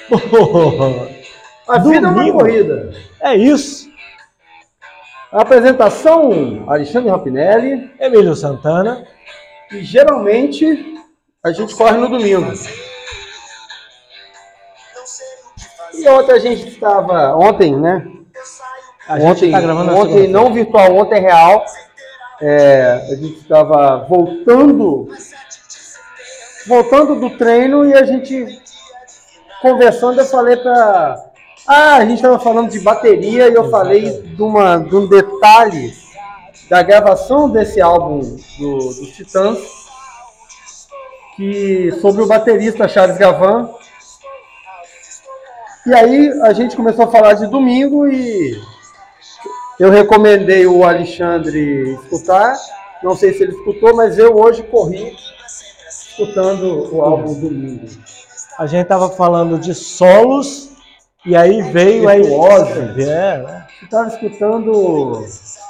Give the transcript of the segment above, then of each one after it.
A vida é uma corrida. É isso. A apresentação, Alexandre Rapinelli. Emílio Santana. E geralmente a gente corre no domingo. E ontem a gente estava... Ontem, né? Ontem tá gravando ontem não virtual, ontem real. A gente estava voltando do treino e a gente conversando, eu falei para... a gente estava falando de bateria e eu falei de um detalhe da gravação desse álbum do Titãs, sobre o baterista Charles Gavan. E aí a gente começou a falar de domingo e eu recomendei o Alexandre escutar. Não sei se ele escutou, mas eu hoje corri escutando o álbum Domingo. A gente estava falando de solos e aí veio aí. Você estava escutando.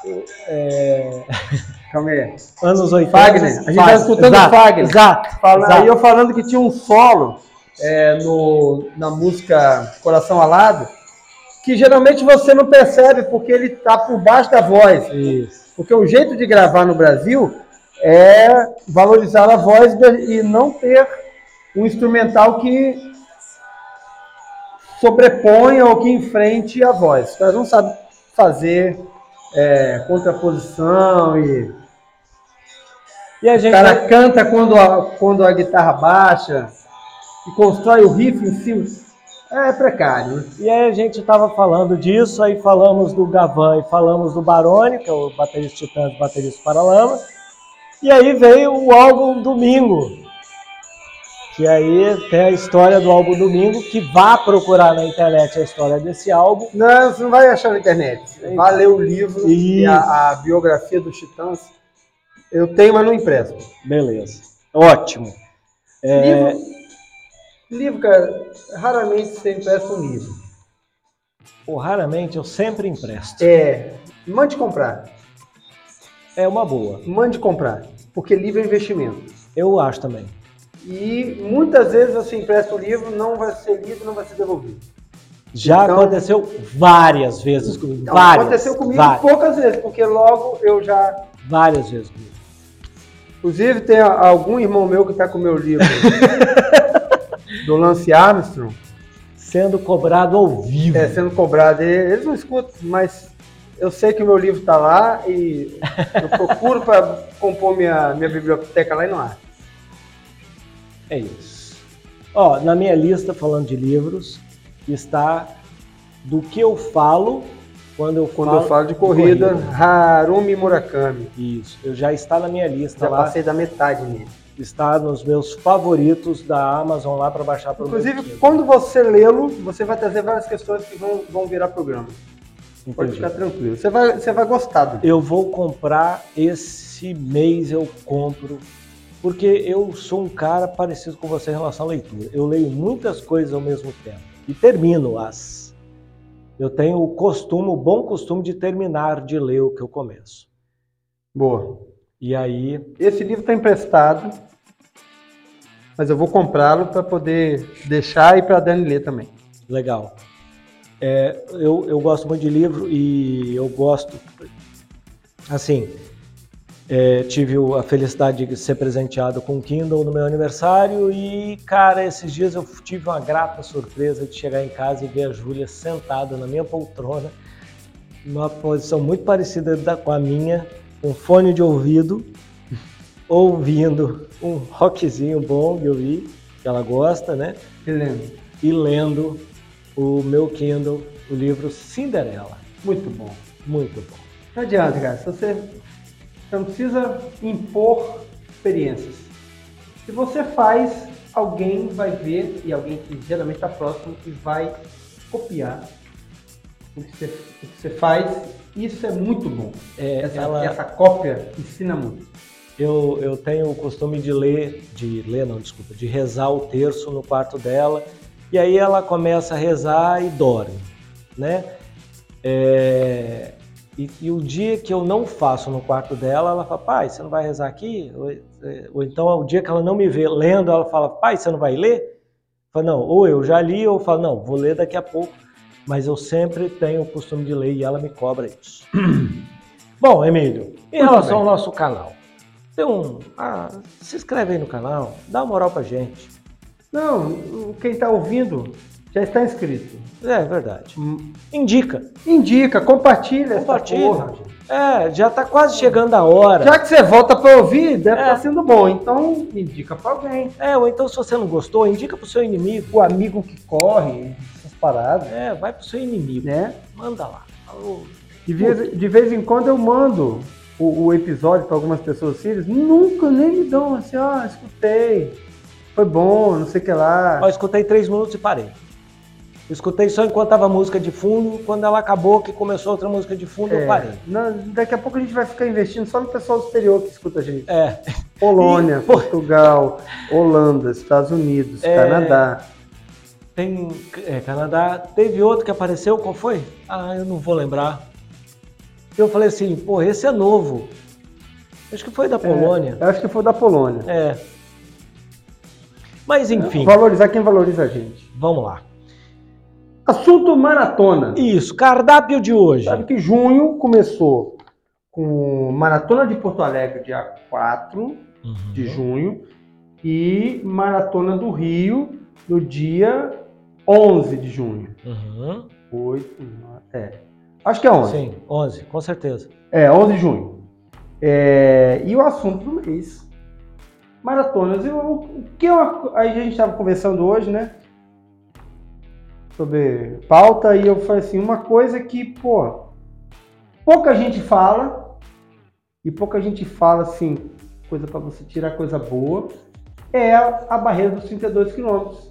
Calma aí. Anos 80. Fagner. A gente estava escutando Fagner. Exato. Aí eu falando que tinha um solo na música Coração Alado, que geralmente você não percebe porque ele está por baixo da voz. Isso. Porque o jeito de gravar no Brasil é valorizar a voz e não ter um instrumental que sobreponha ou que enfrente a voz. Os caras não sabem fazer contraposição e a gente o cara canta quando a guitarra baixa e constrói o riff em cima. É precário, né? E aí a gente estava falando disso, aí falamos do Gavan e falamos do Baroni, que é o baterista Titãs, baterista Paralamas. E aí veio o álbum Domingo, que aí tem a história do álbum Domingo, que vá procurar na internet a história desse álbum. Não, você não vai achar na internet. Vai ler o livro e a biografia dos Titãs. Eu tenho, mas não empresto. Beleza. Ótimo. Livro, cara, raramente você empresta um livro. Raramente, eu sempre empresto. Mande comprar. É uma boa. Mande comprar, porque livro é investimento. Eu acho também. E muitas vezes você empresta o livro, não vai ser lido, não vai ser devolvido. Já aconteceu várias vezes comigo. Aconteceu comigo poucas vezes, porque logo eu já... Várias vezes comigo. Inclusive tem algum irmão meu que está com o meu livro do Lance Armstrong. Sendo cobrado ao vivo. Sendo cobrado. Eles não escutam, mas eu sei que o meu livro está lá e eu procuro para compor minha biblioteca lá e não há. É isso. Na minha lista, falando de livros, está Do Que Eu Falo Quando eu falo de corrida, Harumi Murakami. Isso, já está na minha lista. Já passei da metade nele. Está nos meus favoritos da Amazon lá para baixar para o Inclusive, quando você lê-lo, você vai trazer várias questões que vão virar programa. Entendi. Pode ficar tranquilo. Você vai gostar do livro. Eu vou comprar esse mês, eu compro, porque eu sou um cara parecido com você em relação à leitura. Eu leio muitas coisas ao mesmo tempo e termino-as. Eu tenho o bom costume de terminar de ler o que eu começo. Boa. E aí... Esse livro está emprestado, mas eu vou comprá-lo para poder deixar e para a Dani ler também. Legal. Eu gosto muito de livro e eu gosto... Assim, tive a felicidade de ser presenteado com um Kindle no meu aniversário e, cara, esses dias eu tive uma grata surpresa de chegar em casa e ver a Júlia sentada na minha poltrona, numa posição muito parecida com a minha, com fone de ouvido, ouvindo um rockzinho bom que eu vi, que ela gosta, né? E lendo o meu Kindle, o livro Cinderela. Muito bom. Muito bom. Não adianta, cara. Você não precisa impor experiências. Se você faz, alguém vai ver, e alguém que geralmente está próximo, e vai copiar o que você faz. Isso é muito bom. Essa cópia ensina muito. Eu tenho o costume de rezar o terço no quarto dela, e aí ela começa a rezar e dorme, né? E o dia que eu não faço no quarto dela, ela fala, pai, você não vai rezar aqui? Ou então, o dia que ela não me vê lendo, ela fala, pai, você não vai ler? Eu falo, não, ou eu já li, ou eu falo, não, vou ler daqui a pouco, mas eu sempre tenho o costume de ler e ela me cobra isso. Bom, Emílio, em relação ao nosso canal, se inscreve aí no canal, dá uma moral pra gente. Não, quem está ouvindo já está inscrito. É verdade. Indica, Compartilha essa porra. Já tá quase chegando a hora. Já que você volta para ouvir, deve estar sendo bom. Então, indica para alguém. Ou então se você não gostou, indica pro seu inimigo. O amigo que corre, essas paradas. Vai pro seu inimigo. Né? Manda lá. De vez em quando eu mando o episódio para algumas pessoas assim, eles nunca nem me dão assim, escutei, foi bom, não sei o que lá. Eu escutei 3 minutos e parei. Eu escutei só enquanto tava a música de fundo, quando ela acabou, que começou outra música de fundo, eu parei. Daqui a pouco a gente vai ficar investindo só no pessoal do exterior que escuta a gente. Polônia, Portugal, Holanda, Estados Unidos, Canadá. Tem Canadá. Teve outro que apareceu, qual foi? Eu não vou lembrar. Eu falei assim, pô, esse é novo. Acho que foi da Polônia. Eu acho que foi da Polônia. Mas enfim. Valorizar quem valoriza a gente. Vamos lá. Assunto maratona. Isso, cardápio de hoje. Sabe que junho começou com Maratona de Porto Alegre, dia 4 de junho, e Maratona do Rio, no dia 11 de junho. 8, 9, acho que é 11. Sim, 11, com certeza. 11 de junho. E o assunto do mês, maratonas. Aí a gente estava conversando hoje, né? Sobre pauta, e eu falei assim, uma coisa que, pouca gente fala, e pouca gente fala, assim, coisa para você tirar coisa boa, é a barreira dos 32 quilômetros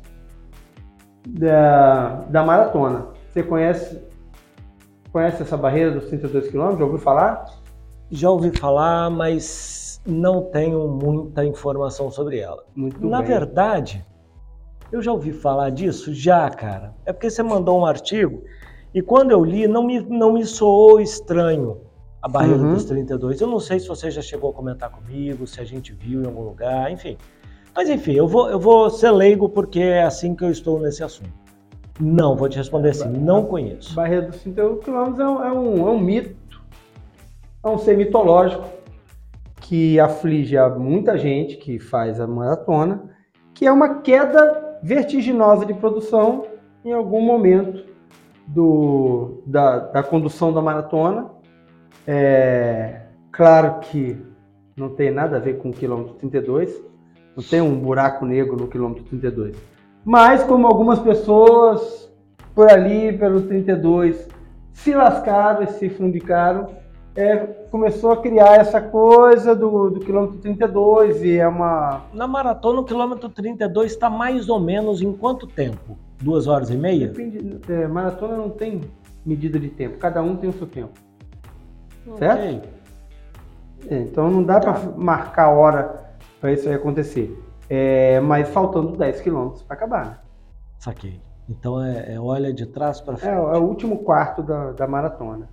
da maratona. Você conhece essa barreira dos 32 quilômetros? Já ouviu falar? Já ouvi falar, mas não tenho muita informação sobre ela. Na verdade, eu já ouvi falar disso? Já, cara. É porque você mandou um artigo e quando eu li não me soou estranho a barreira dos 32. Eu não sei se você já chegou a comentar comigo, se a gente viu em algum lugar, enfim. Mas enfim, eu vou ser leigo porque é assim que eu estou nesse assunto. Não, vou te responder assim, não conheço. A barreira dos 32 quilômetros é um mito, é um ser mitológico que aflige a muita gente que faz a maratona, que é uma queda vertiginosa de produção em algum momento da condução da maratona. Claro que não tem nada a ver com o quilômetro 32, não tem um buraco negro no quilômetro 32. Mas como algumas pessoas por ali, pelo 32, se lascaram e se fundicaram, começou a criar essa coisa do quilômetro 32 e é uma... Na maratona, o quilômetro 32 está mais ou menos em quanto tempo? 2 horas e meia? Depende, maratona não tem medida de tempo, cada um tem o seu tempo. Certo? Então não dá para marcar a hora para isso aí acontecer. Mas faltando 10 quilômetros para acabar. Né? Saquei. Então olha de trás para frente. É o último quarto da maratona.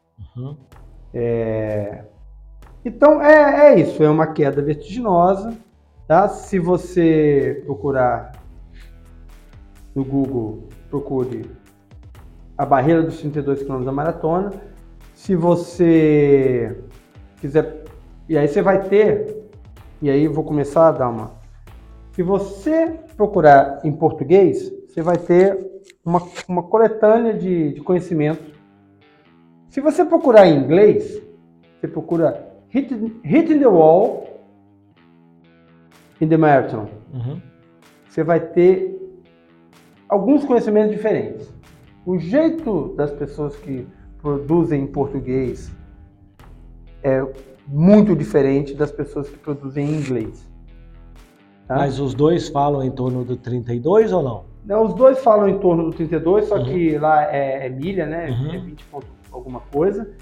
Então é isso, é uma queda vertiginosa, tá? Se você procurar no Google, procure a barreira dos 32 km da maratona. Se você quiser, e aí você vai ter, e aí eu vou começar a dar uma... Se você procurar em português, você vai ter uma coletânea de conhecimento. Se você procurar em inglês, você procura Hitting the Wall in the Marathon. Você vai ter alguns conhecimentos diferentes. O jeito das pessoas que produzem em português é muito diferente das pessoas que produzem em inglês. Tá? Mas os dois falam em torno do 32 ou não? Não, os dois falam em torno do 32, só que lá é milha, né? É 20 ponto alguma coisa.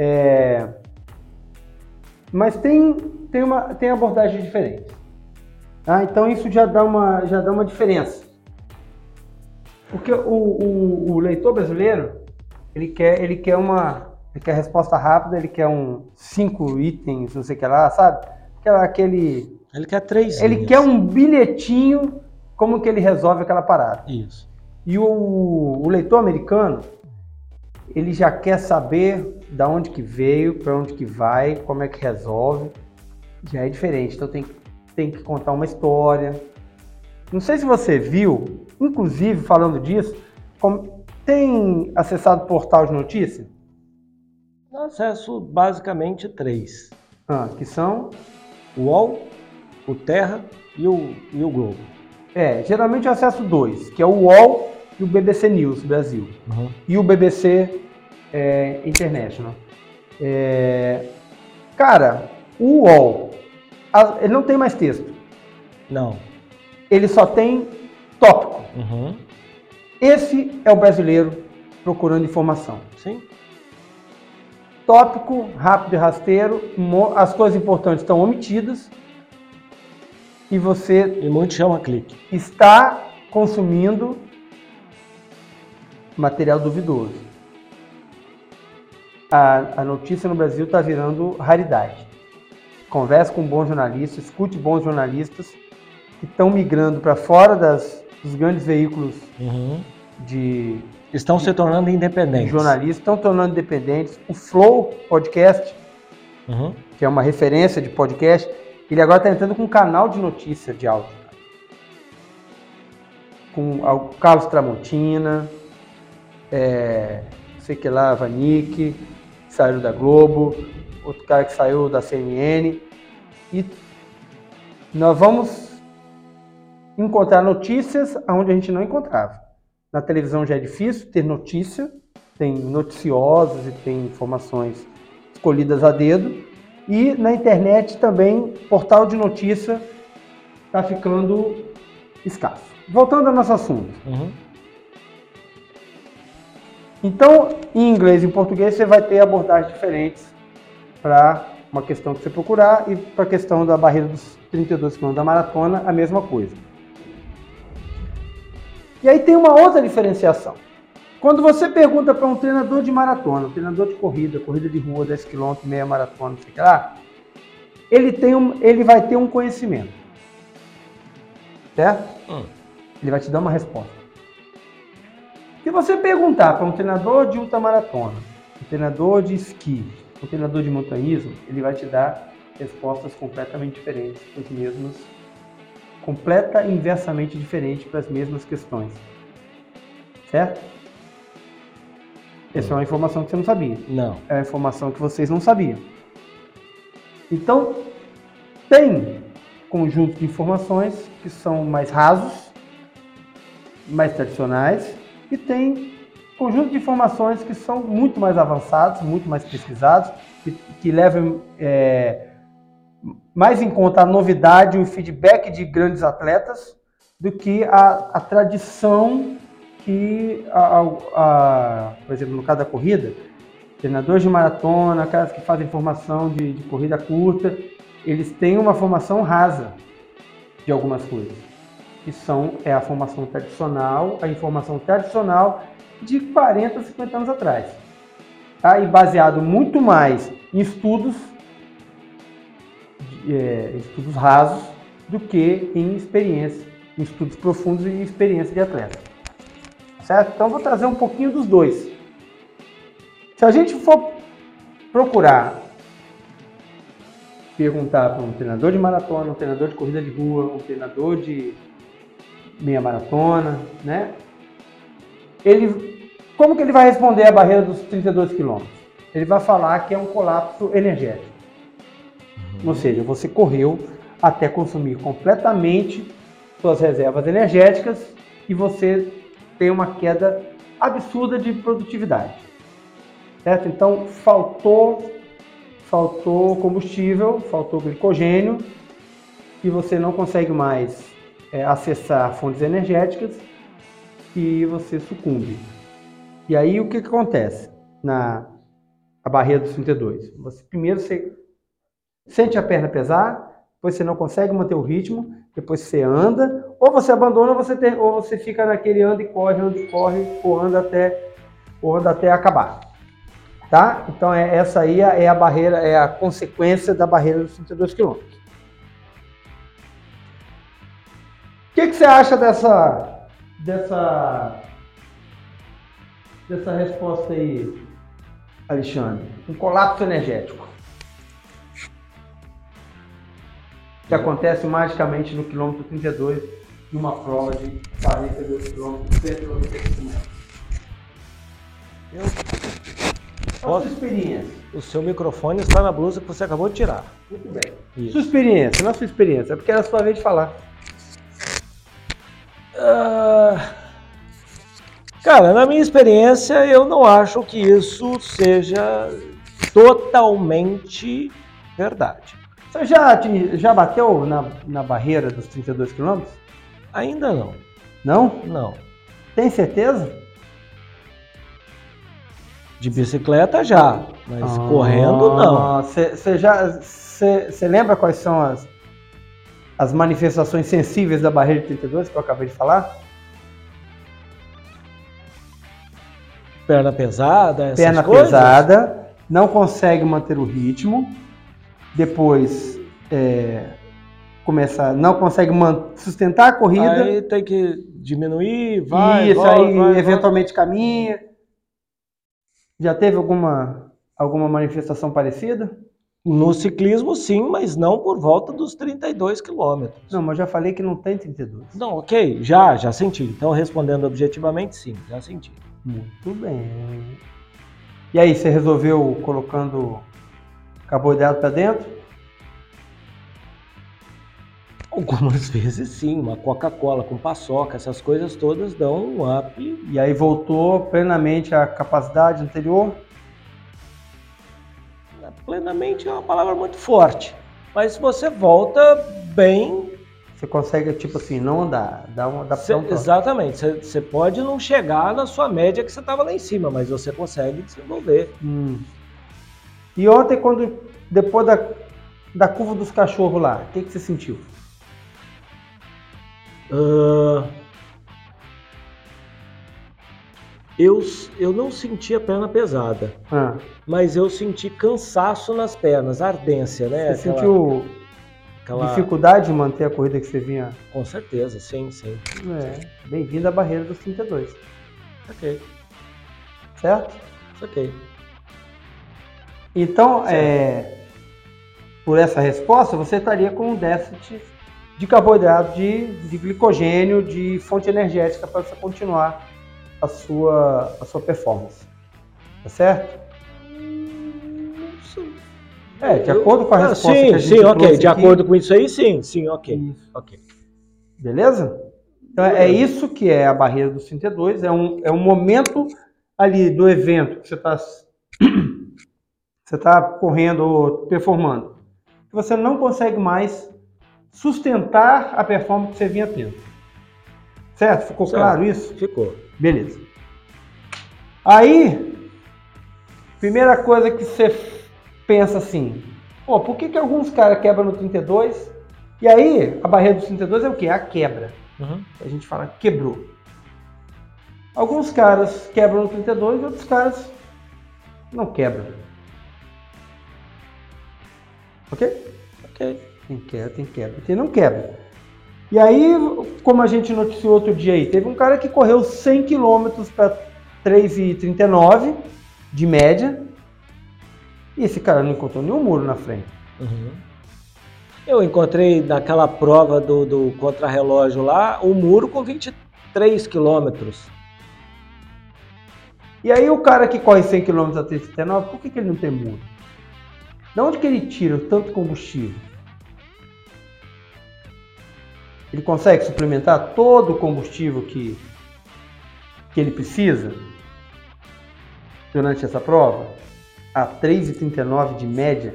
Mas tem abordagens diferentes. Tá? Então isso já dá uma diferença. Porque o leitor brasileiro, ele quer a resposta rápida, ele quer 5 itens, não sei o que lá, sabe? Ele quer 3 Ele quer um bilhetinho como que ele resolve aquela parada. Isso. E o leitor americano, ele já quer saber da onde que veio, para onde que vai, como é que resolve. Já é diferente, então tem que contar uma história. Não sei se você viu, inclusive falando disso, tem acessado o portal de notícia? Eu acesso basicamente 3. Que são? O UOL, o Terra e o Globo. Geralmente eu acesso 2, que é o UOL e o BBC News Brasil. Uhum. E o BBC International. Cara, o UOL, ele não tem mais texto. Não. Ele só tem tópico. Uhum. Esse é o brasileiro procurando informação. Sim. Tópico, rápido e rasteiro, as coisas importantes estão omitidas e você E muito chama clique. está consumindo material duvidoso. A notícia no Brasil está virando raridade. Converse com bons jornalistas, escute bons jornalistas que estão migrando para fora dos grandes veículos Estão se tornando independentes. Jornalistas estão tornando independentes. O Flow Podcast, que é uma referência de podcast, ele agora está entrando com um canal de notícia de áudio. Com o Carlos Tramontina, sei que lá, Vanik, que saiu da Globo, outro cara que saiu da CNN. E nós vamos encontrar notícias onde a gente não encontrava. Na televisão já é difícil ter notícia, tem noticiosos e tem informações escolhidas a dedo. E na internet também, portal de notícia está ficando escasso. Voltando ao nosso assunto. Então, em inglês e em português, você vai ter abordagens diferentes para uma questão que você procurar e para a questão da barreira dos 32 km da maratona, a mesma coisa. E aí tem uma outra diferenciação. Quando você pergunta para um treinador de maratona, um treinador de corrida de rua, 10 km, meia maratona, não sei o que lá, ele vai ter um conhecimento. Certo? Ele vai te dar uma resposta. Se você perguntar para um treinador de ultramaratona, um treinador de esqui, um treinador de montanhismo, ele vai te dar respostas completamente diferentes para os mesmos, inversamente diferente para as mesmas questões. Certo? Essa é uma informação que você não sabia. Não. É uma informação que vocês não sabiam. Então, tem conjuntos de informações que são mais rasos, mais tradicionais, e tem conjunto de informações que são muito mais avançados, muito mais pesquisados, que levam mais em conta a novidade e o feedback de grandes atletas do que a tradição que, por exemplo, no caso da corrida, treinadores de maratona, caras que fazem formação de corrida curta, eles têm uma formação rasa de algumas coisas, que é a formação tradicional, a informação tradicional de 40, 50 anos atrás. Tá? E baseado muito mais em estudos rasos do que em experiência, em estudos profundos e experiência de atleta. Certo? Então vou trazer um pouquinho dos dois. Se a gente for procurar perguntar para um treinador de maratona, um treinador de corrida de rua, um treinador de meia maratona, né? Como que ele vai responder a barreira dos 32 quilômetros? Ele vai falar que é um colapso energético. Ou seja, você correu até consumir completamente suas reservas energéticas e você tem uma queda absurda de produtividade. Certo? Então, faltou combustível, faltou glicogênio e você não consegue mais acessar fontes energéticas e você sucumbe. E aí, o que acontece na barreira dos 32? Primeiro você sente a perna pesar, depois você não consegue manter o ritmo, depois você anda, ou você abandona, ou você fica naquele anda e corre, ou anda até acabar. Tá? Então essa aí é a barreira, é a consequência da barreira dos 32 km. que você acha dessa resposta aí, Alexandre? Um colapso energético. Que acontece magicamente no quilômetro 32 de uma prova de 42 quilômetros, 195 metros. Qual a sua experiência? O seu microfone está na blusa que você acabou de tirar. Muito bem. Isso. Sua experiência, não a sua experiência, é porque era a sua vez de falar. Cara, na minha experiência, eu não acho que isso seja totalmente verdade. Você já bateu na barreira dos 32 quilômetros? Ainda não. Não? Não. Tem certeza? De bicicleta já, mas correndo não. Você lembra quais são as manifestações sensíveis da barreira de 32 que eu acabei de falar? Perna pesada, essas Perna coisas? pesada, não consegue manter o ritmo, depois não consegue sustentar a corrida. Aí tem que diminuir, eventualmente caminha. Já teve alguma manifestação parecida? No ciclismo, sim, mas não por volta dos 32 quilômetros. Não, mas eu já falei que não tem 32. Não, ok, já senti. Então, respondendo objetivamente, sim, já senti. Muito bem. E aí, você resolveu colocando carboidrato para dentro? Algumas vezes sim, uma Coca-Cola com paçoca, essas coisas todas dão um up. E aí voltou plenamente à capacidade anterior? Plenamente é uma palavra muito forte, mas você volta bem. Você consegue, tipo assim, não andar, dá um exatamente, você pode não chegar na sua média que você estava lá em cima, mas você consegue desenvolver. E ontem, depois da curva dos cachorros lá, o que você sentiu? Eu não senti a perna pesada, mas eu senti cansaço nas pernas, ardência, né? Você sentiu dificuldade de manter a corrida que você vinha? Com certeza, sim. Bem-vindo à barreira dos 32. Ok. Certo? Ok. Então, por essa resposta, você estaria com um déficit de carboidrato, de glicogênio, de fonte energética para você continuar a sua performance. Tá certo? De acordo com a resposta que a gente ok. De aqui, acordo com isso aí, sim, ok. Ok. Beleza? Então é isso que é a barreira dos 32, é um momento ali do evento que você tá correndo ou performando, que você não consegue mais sustentar a performance que você vinha tendo. Certo? Ficou claro isso? Ficou. Beleza. Aí, primeira coisa que você pensa assim, por que alguns caras quebram no 32? E aí, a barreira dos 32 é o quê? A quebra. A gente fala quebrou. Alguns caras quebram no 32 e outros caras não quebram. Ok? Ok. Tem quebra. Tem não quebra. E aí, como a gente noticiou outro dia aí, teve um cara que correu 100 km para 3,39 de média e esse cara não encontrou nenhum muro na frente. Eu encontrei naquela prova do contrarrelógio lá, um muro com 23 quilômetros. E aí o cara que corre 100 km a 3,39, por que ele não tem muro? De onde que ele tira tanto combustível? Ele consegue suplementar todo o combustível que ele precisa durante essa prova? A 3,39 de média?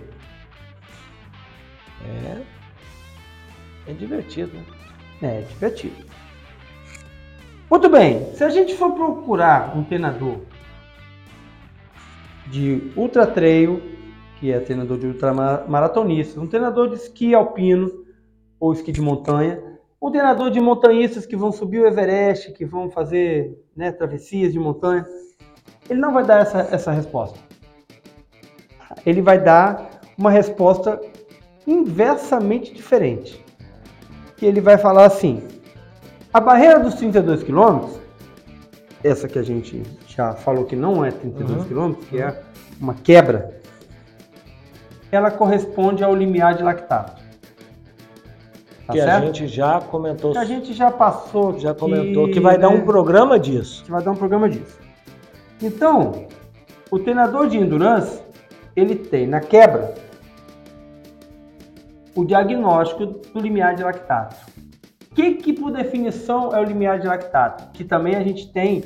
É divertido. É divertido. Muito bem, se a gente for procurar um treinador de ultra trail, que é treinador de ultramaratonista, um treinador de esqui alpino ou esqui de montanha, um treinador de montanhistas que vão subir o Everest, que vão fazer travessias de montanha, ele não vai dar essa resposta. Ele vai dar uma resposta inversamente diferente. Que ele vai falar assim, A barreira dos 32 km, essa que a gente já falou que não é 32 km, que é uma quebra, ela corresponde ao limiar de lactato. Tá que certo? a gente já comentou. Que a gente já passou. Já comentou que vai dar um programa disso. Que vai dar um programa disso. Então, o treinador de endurance, ele tem na quebra o diagnóstico do limiar de lactato. O que por definição é o limiar de lactato? Que também a gente tem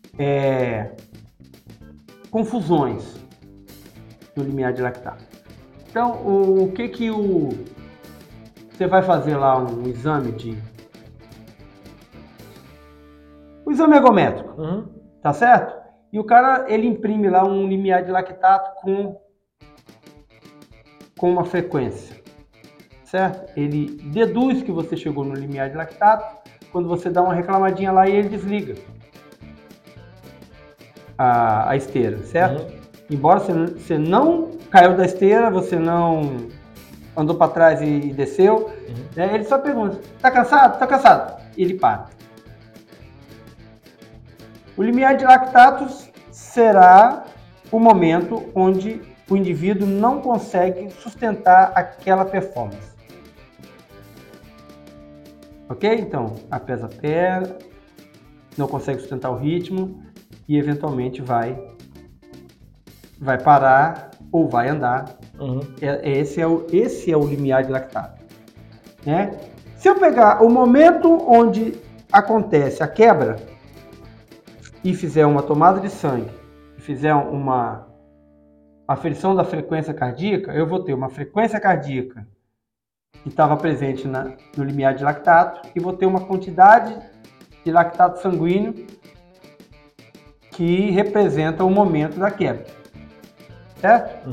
confusões no limiar de lactato. Então, o que você vai fazer lá um exame o exame ergométrico, tá certo? E o cara, ele imprime lá um limiar de lactato com uma frequência, certo? Ele deduz que você chegou no limiar de lactato quando você dá uma reclamadinha lá e ele desliga a esteira, certo? Embora você não caiu da esteira, você não andou para trás e desceu, né? Ele só pergunta, tá cansado? Tá cansado. E ele para. O limiar de lactatos será o momento onde o indivíduo não consegue sustentar aquela performance. Ok? Então, apesa a perna, não consegue sustentar o ritmo e eventualmente vai parar ou vai andar. Esse é o limiar de lactato. Né? Se eu pegar o momento onde acontece a quebra e fizer uma tomada de sangue, e fizer uma aferição da frequência cardíaca, eu vou ter uma frequência cardíaca que estava presente no limiar de lactato e vou ter uma quantidade de lactato sanguíneo que representa o momento da quebra. Certo?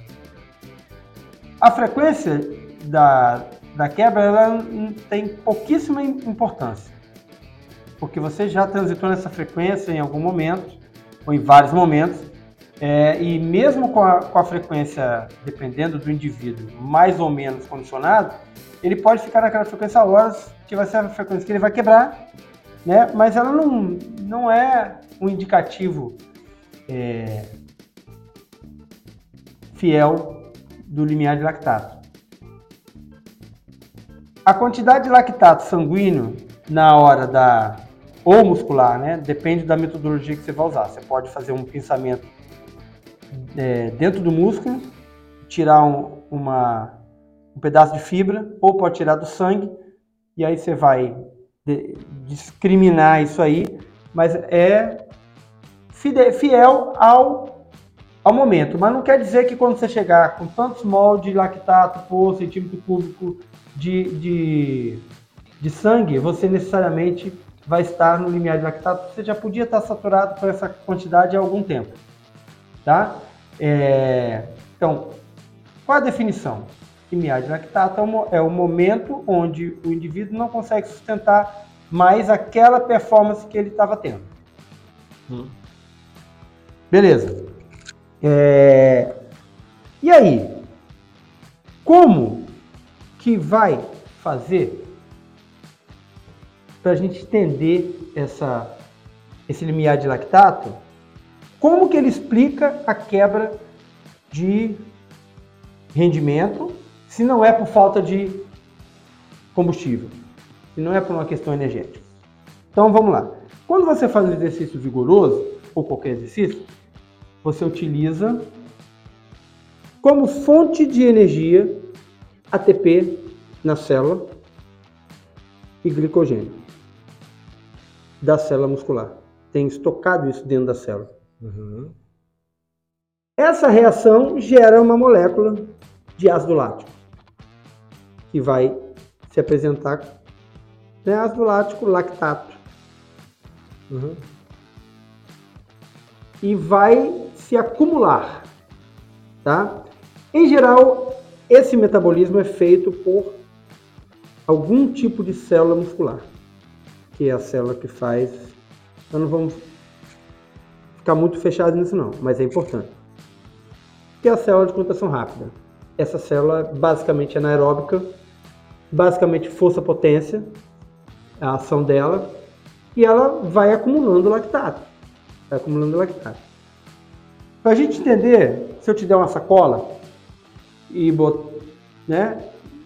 A frequência da quebra ela tem pouquíssima importância, porque você já transitou nessa frequência em algum momento, ou em vários momentos, e mesmo com a frequência, dependendo do indivíduo, mais ou menos condicionado, ele pode ficar naquela frequência horas, que vai ser a frequência que ele vai quebrar, né? Mas ela não é um indicativo fiel do limiar de lactato. A quantidade de lactato sanguíneo na hora ou muscular, né? Depende da metodologia que você vai usar. Você pode fazer um pinçamento dentro do músculo, tirar um pedaço de fibra, ou pode tirar do sangue, e aí você vai discriminar isso aí, mas é fiel ao momento. Mas não quer dizer que quando você chegar com tantos mol de lactato por centímetro cúbico de sangue, você necessariamente vai estar no limiar de lactato. Você já podia estar saturado por essa quantidade há algum tempo. Tá? Então, qual a definição? Limiar de lactato é o momento onde o indivíduo não consegue sustentar mais aquela performance que ele estava tendo. Beleza. E aí? Como que vai fazer para a gente entender esse limiar de lactato? Como que ele explica a quebra de rendimento, se não é por falta de combustível, se não é por uma questão energética? Então vamos lá. Quando você faz um exercício vigoroso, ou qualquer exercício, você utiliza como fonte de energia ATP na célula e glicogênio da célula muscular. Tem estocado isso dentro da célula. Essa reação gera uma molécula de ácido lático, que vai se apresentar, né, ácido lático, lactato. E vai se acumular, tá? Em geral, esse metabolismo é feito por algum tipo de célula muscular, que é a célula que faz... Nós não vamos ficar muito fechado nisso não, mas é importante. Que é a célula de contração rápida. Essa célula basicamente é anaeróbica, basicamente força-potência, a ação dela, e ela vai acumulando lactato. Para a gente entender, se eu te der uma sacola né,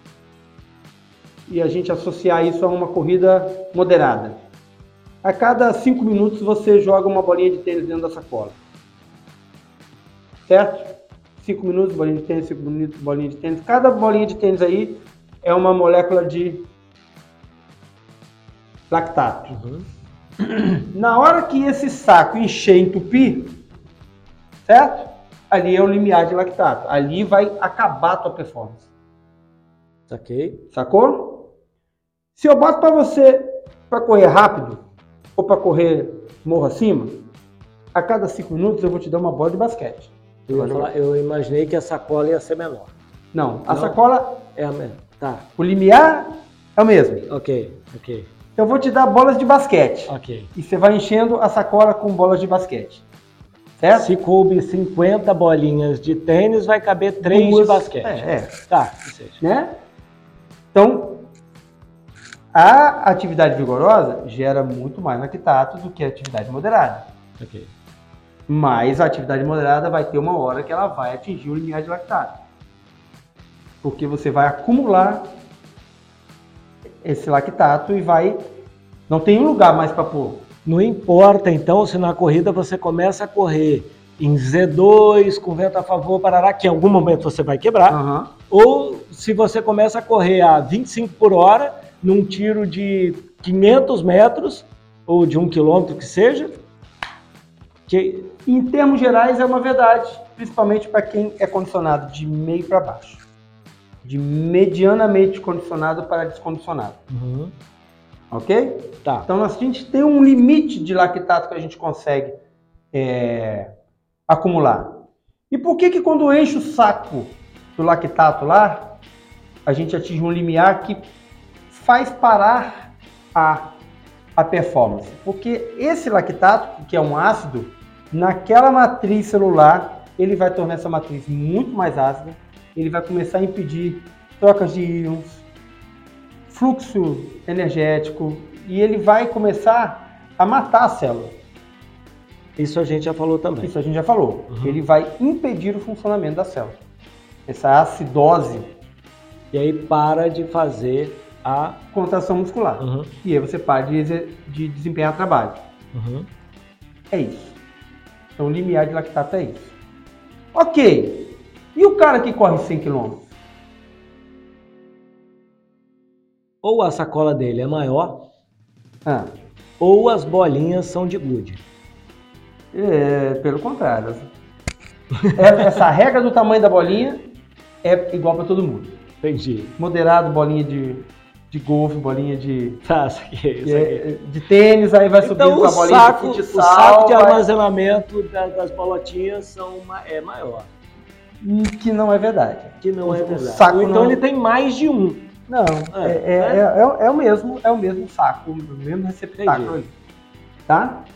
e a gente associar isso a uma corrida moderada. A cada 5 minutos você joga uma bolinha de tênis dentro da sacola. Certo? 5 minutos, bolinha de tênis, 5 minutos, bolinha de tênis. Cada bolinha de tênis aí é uma molécula de lactato. Na hora que esse saco encher, entupir, certo? Ali é o limiar de lactato. Ali vai acabar a tua performance. Saquei. Sacou? Se eu boto para você para correr rápido ou para correr morro acima, a cada 5 minutos eu vou te dar uma bola de basquete. Eu imaginei que a sacola ia ser menor. Não, a sacola é a mesma. Tá. O limiar é o mesmo. Ok. Eu vou te dar bolas de basquete. Ok. E você vai enchendo a sacola com bolas de basquete. Certo? Se coube 50 bolinhas de tênis, vai caber 3 de basquete. Tá. Né? Então, a atividade vigorosa gera muito mais lactato do que a atividade moderada. Ok. Mas a atividade moderada vai ter uma hora que ela vai atingir o limiar de lactato. Porque você vai acumular esse lactato e não tem um lugar mais para pôr. Não importa, então, se na corrida você começa a correr em Z2, com vento a favor, parará, que em algum momento você vai quebrar, ou se você começa a correr a 25 por hora, num tiro de 500 metros, ou de 1 quilômetro que seja, que em termos gerais é uma verdade, principalmente para quem é condicionado de meio para baixo. De medianamente condicionado para descondicionado. Ok? Tá. Então a gente tem um limite de lactato que a gente consegue acumular. E por que quando enche o saco do lactato lá, a gente atinge um limiar que faz parar a performance? Porque esse lactato, que é um ácido, naquela matriz celular, ele vai tornar essa matriz muito mais ácida, ele vai começar a impedir trocas de íons, fluxo energético, e ele vai começar a matar a célula. Isso a gente já falou também. Isso a gente já falou. Ele vai impedir o funcionamento da célula. Essa acidose. E aí para de fazer a contração muscular. E aí você para de desempenhar trabalho. É isso. Então o limiar de lactato é isso. Ok. E o cara que corre 100 km? Ou a sacola dele é maior, ou as bolinhas são de gude. Pelo contrário. Essa regra do tamanho da bolinha é igual para todo mundo. Entendi. Moderado, bolinha de golfe, bolinha de tênis, aí vai subindo para a bolinha de futsal. O saco de armazenamento das bolotinhas é maior. Que não é verdade. Ou então ele tem mais de um. Não, é o mesmo saco, o mesmo receptáculo ali. Tá?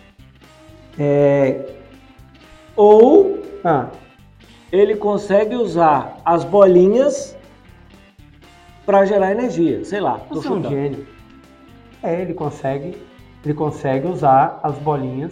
Ou ele consegue usar as bolinhas para gerar energia, sei lá. Você é um gênio. Ele consegue usar as bolinhas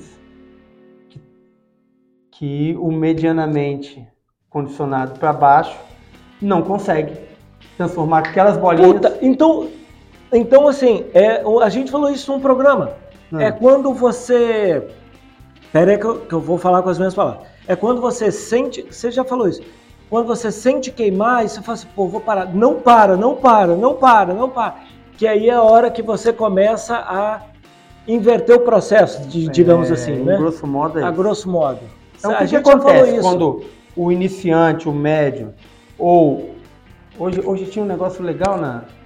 que o medianamente condicionado para baixo não consegue transformar aquelas bolinhas. Puta, então assim, a gente falou isso num programa. É quando você... Pera aí que eu vou falar com as minhas palavras. É quando você sente... Você já falou isso. Quando você sente queimar, e você fala assim, vou parar. Não para. Que aí é a hora que você começa a inverter o processo, digamos assim, né? Grosso modo é isso. A grosso modo. Então o que acontece quando o iniciante, o médio, ou... Hoje tinha um negócio legal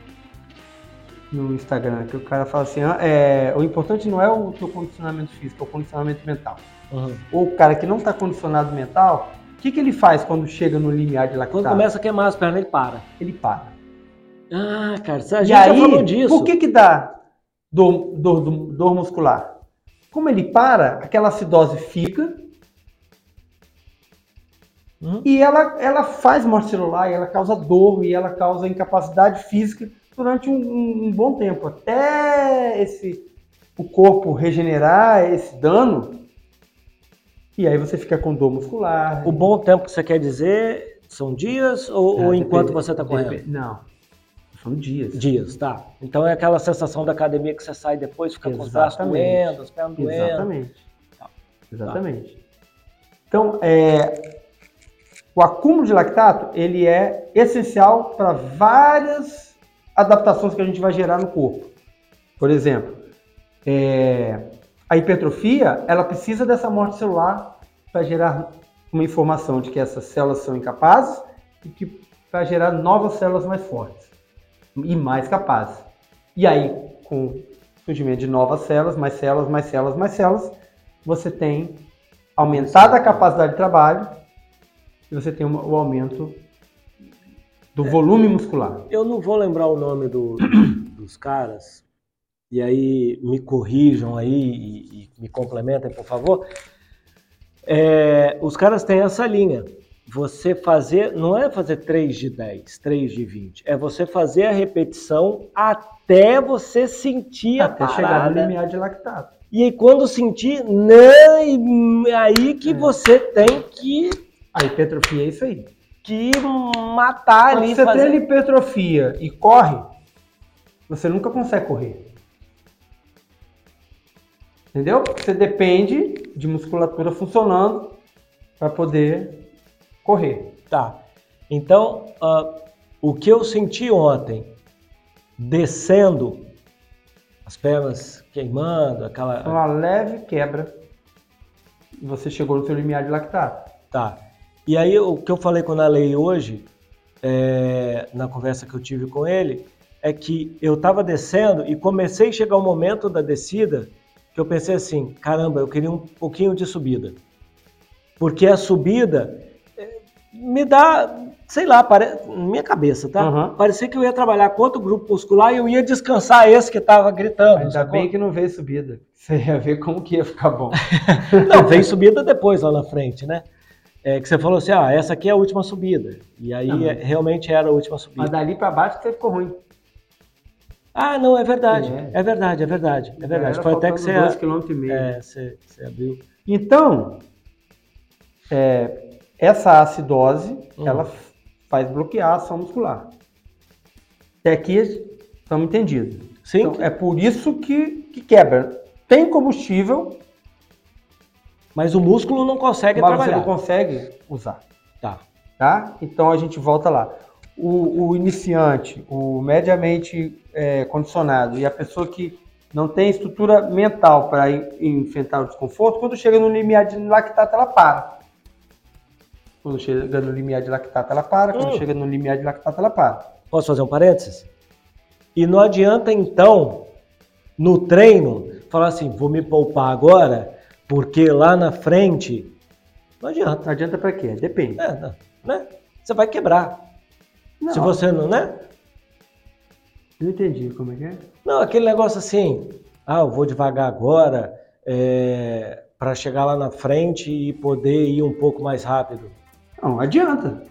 no Instagram, que o cara fala assim, o importante não é o teu condicionamento físico, é o condicionamento mental. Ou o cara que não está condicionado mental, o que ele faz quando chega no limiar de lactato? Quando começa a queimar as pernas, ele para. Ele para. Ah, cara, a gente já falou disso. Por que dá dor muscular? Como ele para, aquela acidose fica, e ela faz morte celular, e ela causa dor, e ela causa incapacidade física. durante um bom tempo, até o corpo regenerar esse dano, e aí você fica com dor muscular. O bom tempo que você quer dizer são dias ou enquanto você está correndo? Não, são dias. Dias, tá. Então é aquela sensação da academia que você sai depois, fica com os braços doendo, as pernas doendo. Exatamente. Exatamente. Então, o acúmulo de lactato, ele é essencial para várias adaptações que a gente vai gerar no corpo. Por exemplo, a hipertrofia, ela precisa dessa morte celular para gerar uma informação de que essas células são incapazes e que para gerar novas células mais fortes e mais capazes. E aí, com o surgimento de novas células, mais células, mais células, mais células, você tem aumentada a capacidade de trabalho e você tem o aumento do volume muscular. Eu não vou lembrar o nome dos caras, e aí me corrijam aí e me complementem, por favor. Os caras têm essa linha. Você fazer, não é fazer 3 de 10, 3 de 20, é você fazer a repetição até você sentir até chegar no limiar de lactato. E aí quando sentir, não, aí que você tem que... A hipertrofia é isso aí. Que matar ali. Se você treina hipertrofia e corre, você nunca consegue correr. Entendeu? Você depende de musculatura funcionando para poder correr. Tá. Então, o que eu senti ontem, descendo, as pernas queimando, aquela... Uma leve quebra e você chegou no seu limiar de lactato. Tá. E aí, o que eu falei com o Nalei hoje, na conversa que eu tive com ele, é que eu estava descendo e comecei a chegar o momento da descida que eu pensei assim, caramba, eu queria um pouquinho de subida. Porque a subida me dá, sei lá, minha cabeça, tá? Uhum. Parecia que eu ia trabalhar com outro grupo muscular e eu ia descansar esse que estava gritando. Ainda bem que não veio subida. Você ia ver como que ia ficar bom. Não, veio subida depois lá na frente, né? Que você falou assim, essa aqui é a última subida. E aí realmente era a última subida. Mas dali para baixo você ficou ruim. Não, é verdade. É verdade. Foi até que você... 2,5 km. Você abriu. Então, essa acidose, ela faz bloquear a ação muscular. Até aqui estamos entendidos. Sim. Então, é por isso que quebra. Tem combustível, mas o músculo não consegue trabalhar. Mas você não consegue usar. Tá? Então a gente volta lá. O iniciante, o mediamente condicionado e a pessoa que não tem estrutura mental para enfrentar o desconforto, quando chega no limiar de lactato, ela para. Quando chega no limiar de lactato, ela para. Quando chega no limiar de lactato, ela para. Posso fazer um parênteses? E não adianta, então, no treino, falar assim, vou me poupar agora, porque lá na frente... Não adianta. Não adianta para quê? Depende. Né? Você vai quebrar. Não. Se você não, né? Não entendi como é que é. Não, aquele negócio assim, eu vou devagar agora para chegar lá na frente e poder ir um pouco mais rápido. Não adianta.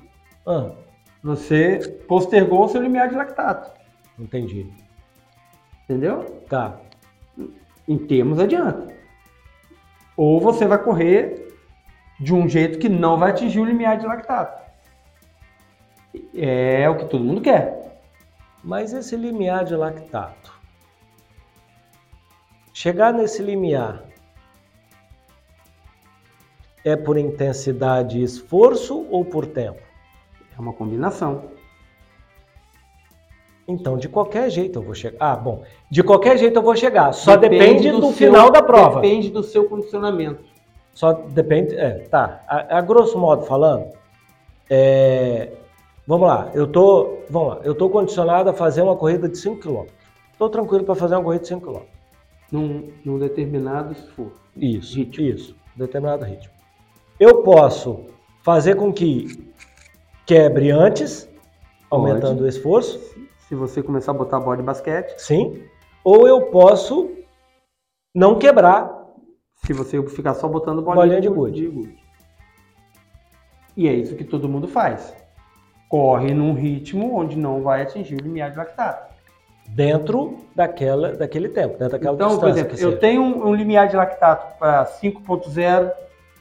Você postergou o seu limiar de lactato. Entendi. Entendeu? Tá. Em termos, adianta. Ou você vai correr de um jeito que não vai atingir o limiar de lactato. É o que todo mundo quer. Mas esse limiar de lactato, chegar nesse limiar é por intensidade e esforço ou por tempo? É uma combinação. Então, de qualquer jeito eu vou chegar. De qualquer jeito eu vou chegar. Só depende do final da prova. Depende do seu condicionamento. Só depende... tá. A grosso modo falando, vamos lá, eu tô condicionado a fazer uma corrida de 5 km. Estou tranquilo para fazer uma corrida de 5 km. Num determinado esforço. Isso. Determinado ritmo. Eu posso fazer com que quebre antes, aumentando o esforço. Se você começar a botar a bola de basquete. Sim. Ou eu posso não quebrar. Se você ficar só botando bolinha de gude. E é isso que todo mundo faz. Corre num ritmo onde não vai atingir o limiar de lactato. dentro daquele tempo, dentro daquela Então, distância. por exemplo, eu tenho um limiar de lactato para 5.0,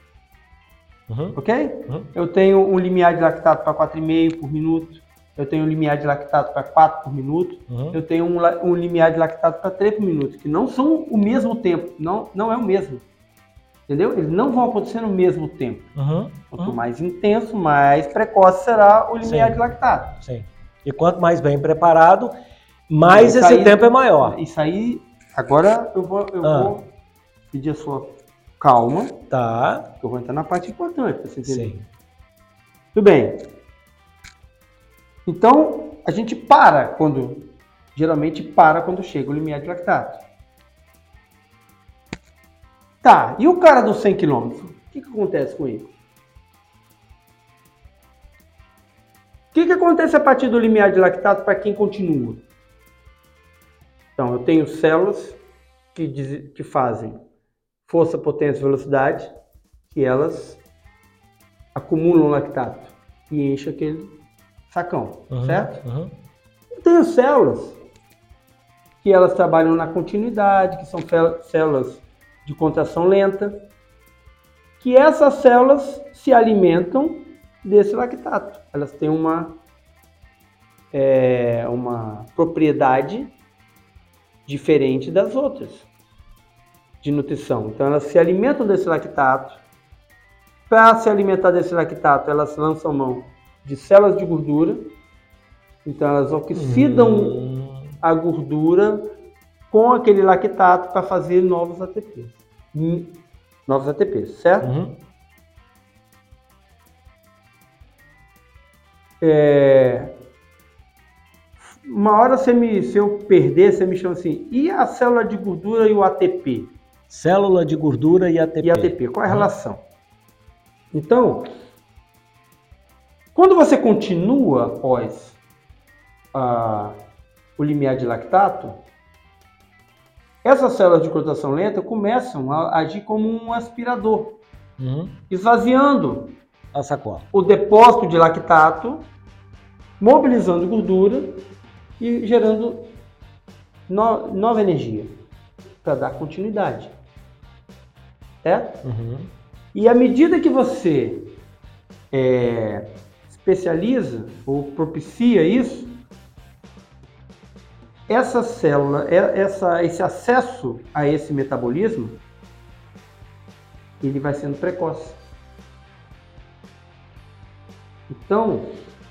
ok? Eu tenho um limiar de lactato para 4,5 por minuto. Eu tenho um limiar de lactato para 4 por minuto. Eu tenho um limiar de lactato para 3 por minuto, que não são o mesmo tempo, não é o mesmo. Entendeu? Eles não vão acontecer no mesmo tempo. Quanto mais intenso, mais precoce será o limiar de lactato. Sim. E quanto mais bem preparado, mais esse tempo é maior. Isso aí, agora eu vou pedir a sua calma. Tá. Eu vou entrar na parte importante para você entender. Sim. Tudo bem. Então, a gente geralmente para quando chega o limiar de lactato. Tá, e o cara dos 100 km? O que acontece com ele? O que acontece a partir do limiar de lactato para quem continua? Então, eu tenho células que fazem força, potência e velocidade, que elas acumulam lactato e enchem aquele sacão, certo? Eu tenho células que elas trabalham na continuidade, que são células de contração lenta, que essas células se alimentam desse lactato. Elas têm uma propriedade diferente das outras de nutrição. Então elas se alimentam desse lactato. Para se alimentar desse lactato, elas lançam mão de células de gordura. Então elas oxidam a gordura com aquele lactato para fazer novos ATPs. Novos ATPs, certo? Uma hora se eu perder, você me chama assim, e a célula de gordura e o ATP? Célula de gordura e ATP. E ATP, qual é a relação? Então, quando você continua após o limiar de lactato, essas células de contração lenta começam a agir como um aspirador, esvaziando a sacola, o depósito de lactato, mobilizando gordura e gerando nova energia para dar continuidade. Certo? E à medida que você especializa ou propicia isso, essa célula, esse acesso a esse metabolismo, ele vai sendo precoce. Então,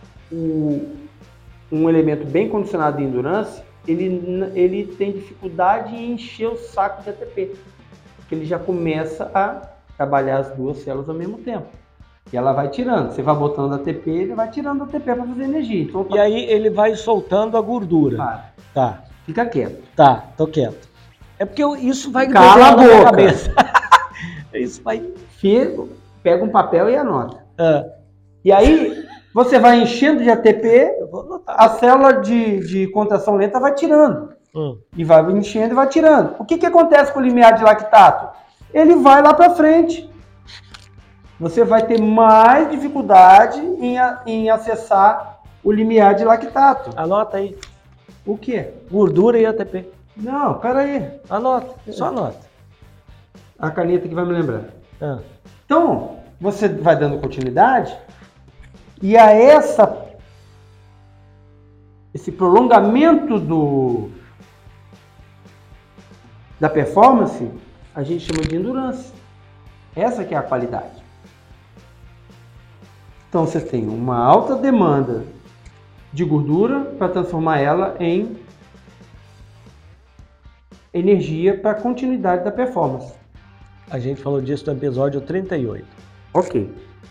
um elemento bem condicionado de endurance, ele tem dificuldade em encher o saco de ATP, porque ele já começa a trabalhar as duas células ao mesmo tempo. E ela vai tirando. Você vai botando ATP, ele vai tirando ATP para fazer energia. Então, e aí ele vai soltando a gordura. Tá. Fica quieto. Tá, tô quieto. É porque isso vai cala a boca. Na cabeça. Isso vai. Pega um papel e anota. E aí você vai enchendo de ATP, a célula de contração lenta vai tirando. E vai enchendo e vai tirando. O que acontece com o limiar de lactato? Ele vai lá para frente. Você vai ter mais dificuldade em acessar o limiar de lactato. Anota aí. O quê? Gordura e ATP. Não, pera aí. Anota, só anota. A caneta que vai me lembrar. Então, você vai dando continuidade e a esse prolongamento da performance, a gente chama de endurance. Essa que é a qualidade. Então, você tem uma alta demanda de gordura para transformar ela em energia para a continuidade da performance. A gente falou disso no episódio 38. Ok.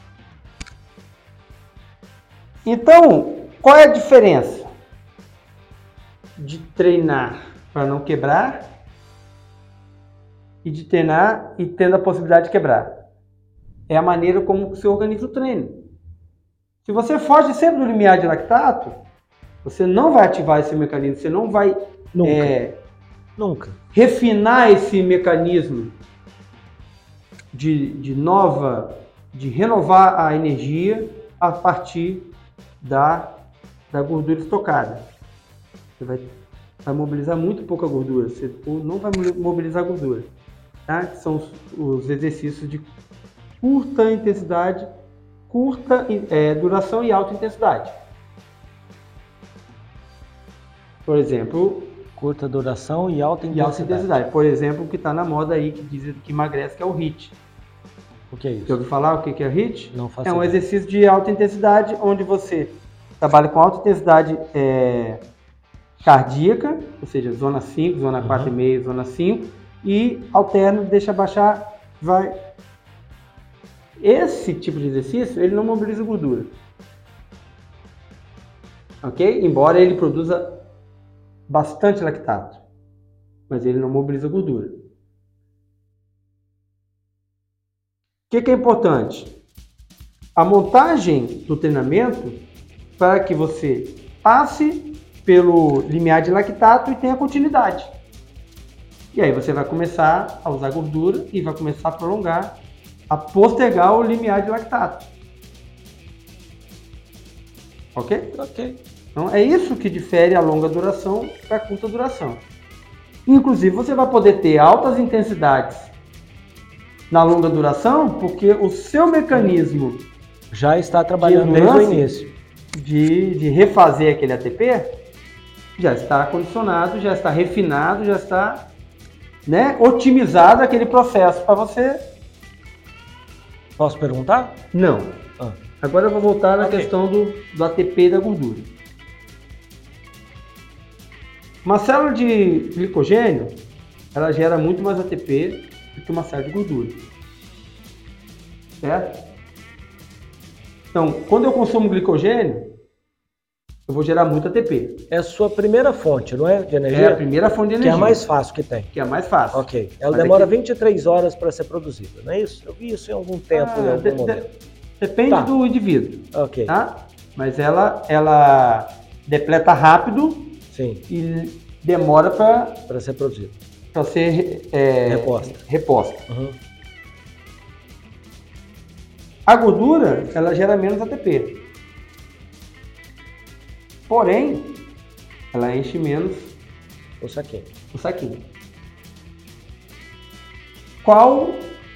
Então, qual é a diferença de treinar para não quebrar e de treinar e tendo a possibilidade de quebrar? É a maneira como você organiza o treino. Se você foge sempre do limiar de lactato, você não vai ativar esse mecanismo, você não vai Nunca. refinar esse mecanismo de renovar a energia a partir da gordura estocada. Você vai vai mobilizar muito pouca gordura. Você não vai mobilizar gordura. Tá? Que são os exercícios de curta intensidade, duração e alta intensidade. Por exemplo, curta duração e alta intensidade. Por exemplo, o que está na moda aí, que diz que emagrece, que é o HIIT. O que é isso? Já ouviu falar o que é HIIT? Não faço É um ideia. exercício de alta intensidade, onde você trabalha com alta intensidade cardíaca, ou seja, zona 5, zona 4,5, zona 5, e alterna, deixa baixar, vai. Esse tipo de exercício, ele não mobiliza gordura. Ok? Embora ele produza bastante lactato, mas ele não mobiliza gordura. O que é importante? A montagem do treinamento para que você passe pelo limiar de lactato e tenha continuidade. E aí você vai começar a usar gordura e vai começar a prolongar, a postergar o limiar de lactato. Ok? Ok. Então é isso que difere a longa duração para a curta duração. Inclusive você vai poder ter altas intensidades na longa duração, porque o seu mecanismo já está trabalhando desde o início de refazer aquele ATP já está condicionado, já está refinado, já está otimizado aquele processo para você. Posso perguntar? Não. Agora eu vou voltar na questão do ATP e da gordura. Uma célula de glicogênio, ela gera muito mais ATP do que uma célula de gordura. Certo? Então, quando eu consumo glicogênio, eu vou gerar muito ATP. É a sua primeira fonte, não é? De energia? É a primeira fonte de energia. Que é a mais fácil que tem. Que é a mais fácil. Ok. Ela demora 23 horas para ser produzida, não é isso? Eu vi isso em algum tempo, em algum momento. Depende do indivíduo. Ok. Tá? Mas ela depleta rápido. Sim. E demora para ser produzida. Para ser reposta. Uhum. A gordura, ela gera menos ATP. Porém, ela enche menos o saquinho. Qual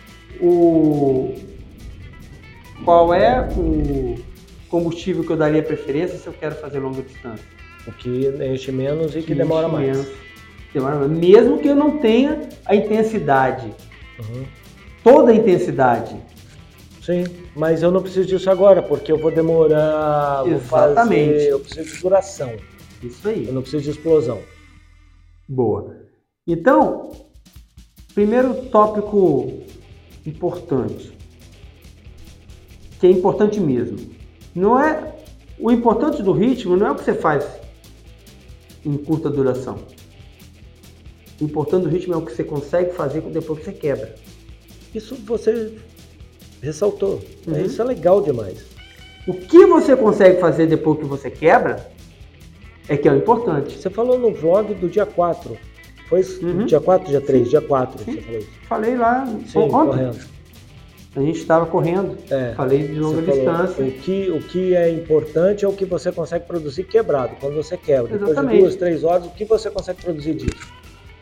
é o combustível que eu daria preferência se eu quero fazer longa distância? O que enche menos e que demora mais. Mesmo que eu não tenha a intensidade. Toda a intensidade. Sim, mas eu não preciso disso agora, porque eu vou demorar. Exatamente. Eu preciso de duração. Isso aí. Eu não preciso de explosão. Boa. Então, primeiro tópico importante, que é importante mesmo. O importante do ritmo não é o que você faz em curta duração. O importante do ritmo é o que você consegue fazer depois que você quebra. Isso você ressaltou. Isso é legal demais. O que você consegue fazer depois que você quebra é que é o importante. Você falou no vlog do dia 4. Foi dia 4, dia 3, dia 4 Sim. você falou isso? Falei lá ontem. Correndo. A gente estava correndo. Falei de longa distância. O que é importante é o que você consegue produzir quebrado, quando você quebra. Exatamente. Depois de 2, 3 horas, o que você consegue produzir disso?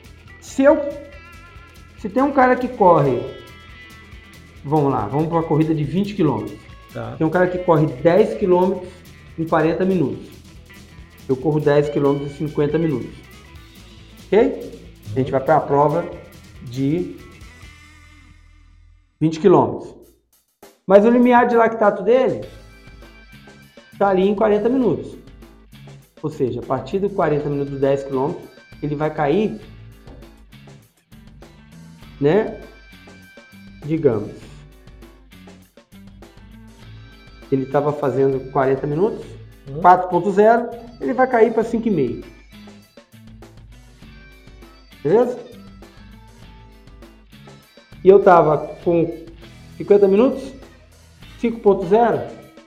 Se tem um cara que corre, vamos para uma corrida de 20 km. Tá. Tem um cara que corre 10 km em 40 minutos. Eu corro 10 km em 50 minutos. Ok? A gente vai para a prova de 20 km. Mas o limiar de lactato dele está ali em 40 minutos. Ou seja, a partir de 40 minutos de 10 km, ele vai cair, digamos, ele estava fazendo 40 minutos, 4.0, ele vai cair para 5,5. Beleza? E eu estava com 50 minutos, 5.0,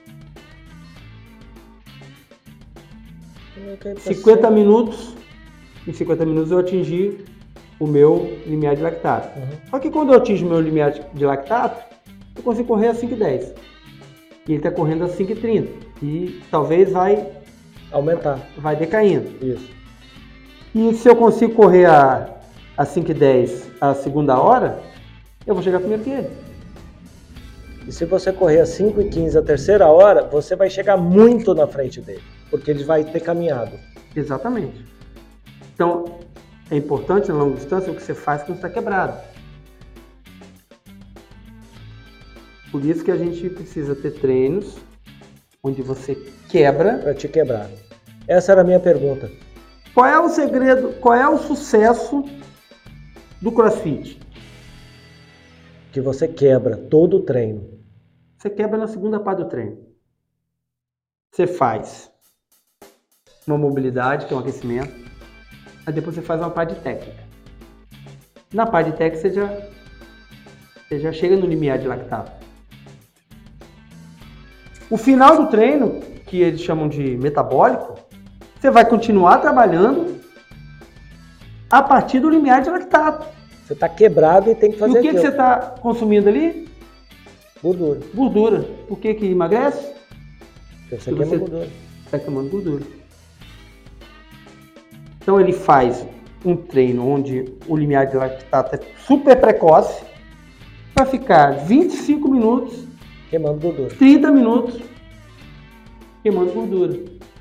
50 minutos, em 50 minutos eu atingi o meu limiar de lactato. Só que quando eu atingo o meu limiar de lactato, eu consigo correr a 5,10. E ele está correndo a 5,30. E talvez vai aumentar. Vai decaindo. Isso. E se eu consigo correr a 5:10 a segunda hora, eu vou chegar primeiro que ele. E se você correr a 5:15 a terceira hora, você vai chegar muito na frente dele, porque ele vai ter caminhado. Exatamente. Então, é importante na longa distância o que você faz quando está quebrado. Por isso que a gente precisa ter treinos onde você quebra. Para te quebrar. Essa era a minha pergunta. Qual é o segredo, qual é o sucesso do CrossFit? Que você quebra todo o treino. Você quebra na segunda parte do treino. Você faz uma mobilidade, que é um aquecimento. Aí depois você faz uma parte de técnica. Na parte de técnica você já chega no limiar de lactato. O final do treino, que eles chamam de metabólico, você vai continuar trabalhando a partir do limiar de lactato. Você está quebrado e tem que fazer E o que você está consumindo ali? Gordura. Gordura. Por que emagrece? Porque você queima gordura. Está queimando gordura. Então ele faz um treino onde o limiar de lactato é super precoce, vai ficar 25 minutos, queimando gordura. 30 minutos, queimando gordura.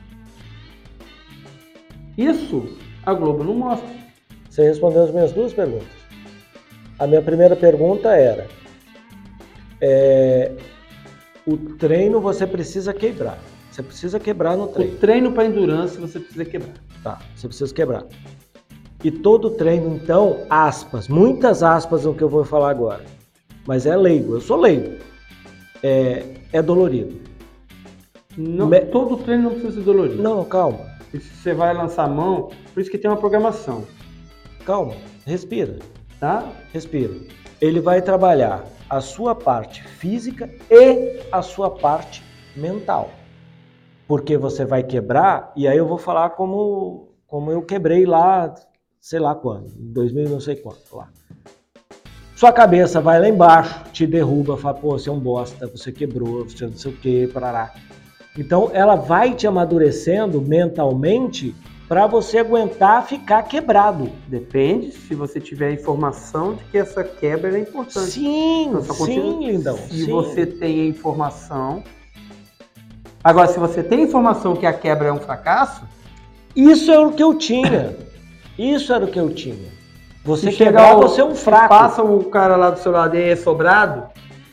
Isso a Globo não mostra. Você respondeu as minhas duas perguntas. A minha primeira pergunta era, o treino você precisa quebrar. Você precisa quebrar no treino. O treino para endurance você precisa quebrar. Tá, você precisa quebrar. E todo treino, então, aspas, muitas aspas no que eu vou falar agora. Mas é leigo, eu sou leigo. É dolorido. Não, todo treino não precisa ser dolorido. Não, calma. E se você vai lançar a mão, por isso que tem uma programação. Calma, respira. Tá? Respira. Ele vai trabalhar a sua parte física e a sua parte mental. Porque você vai quebrar, e aí eu vou falar como eu quebrei lá, sei lá quando, em 2000 não sei quanto, lá. Sua cabeça vai lá embaixo, te derruba, fala, pô, você é um bosta, você quebrou, você não sei o que, parará. Então ela vai te amadurecendo mentalmente para você aguentar ficar quebrado. Depende se você tiver informação de que essa quebra é importante. Sim, então, sim, lindão. Se sim. você tem a informação... Agora, se você tem informação que a quebra é um fracasso... Isso é o que eu tinha. Isso era o que eu tinha. Você se quebrar, você é um fraco. Passa o cara lá do seu lado e é sobrado...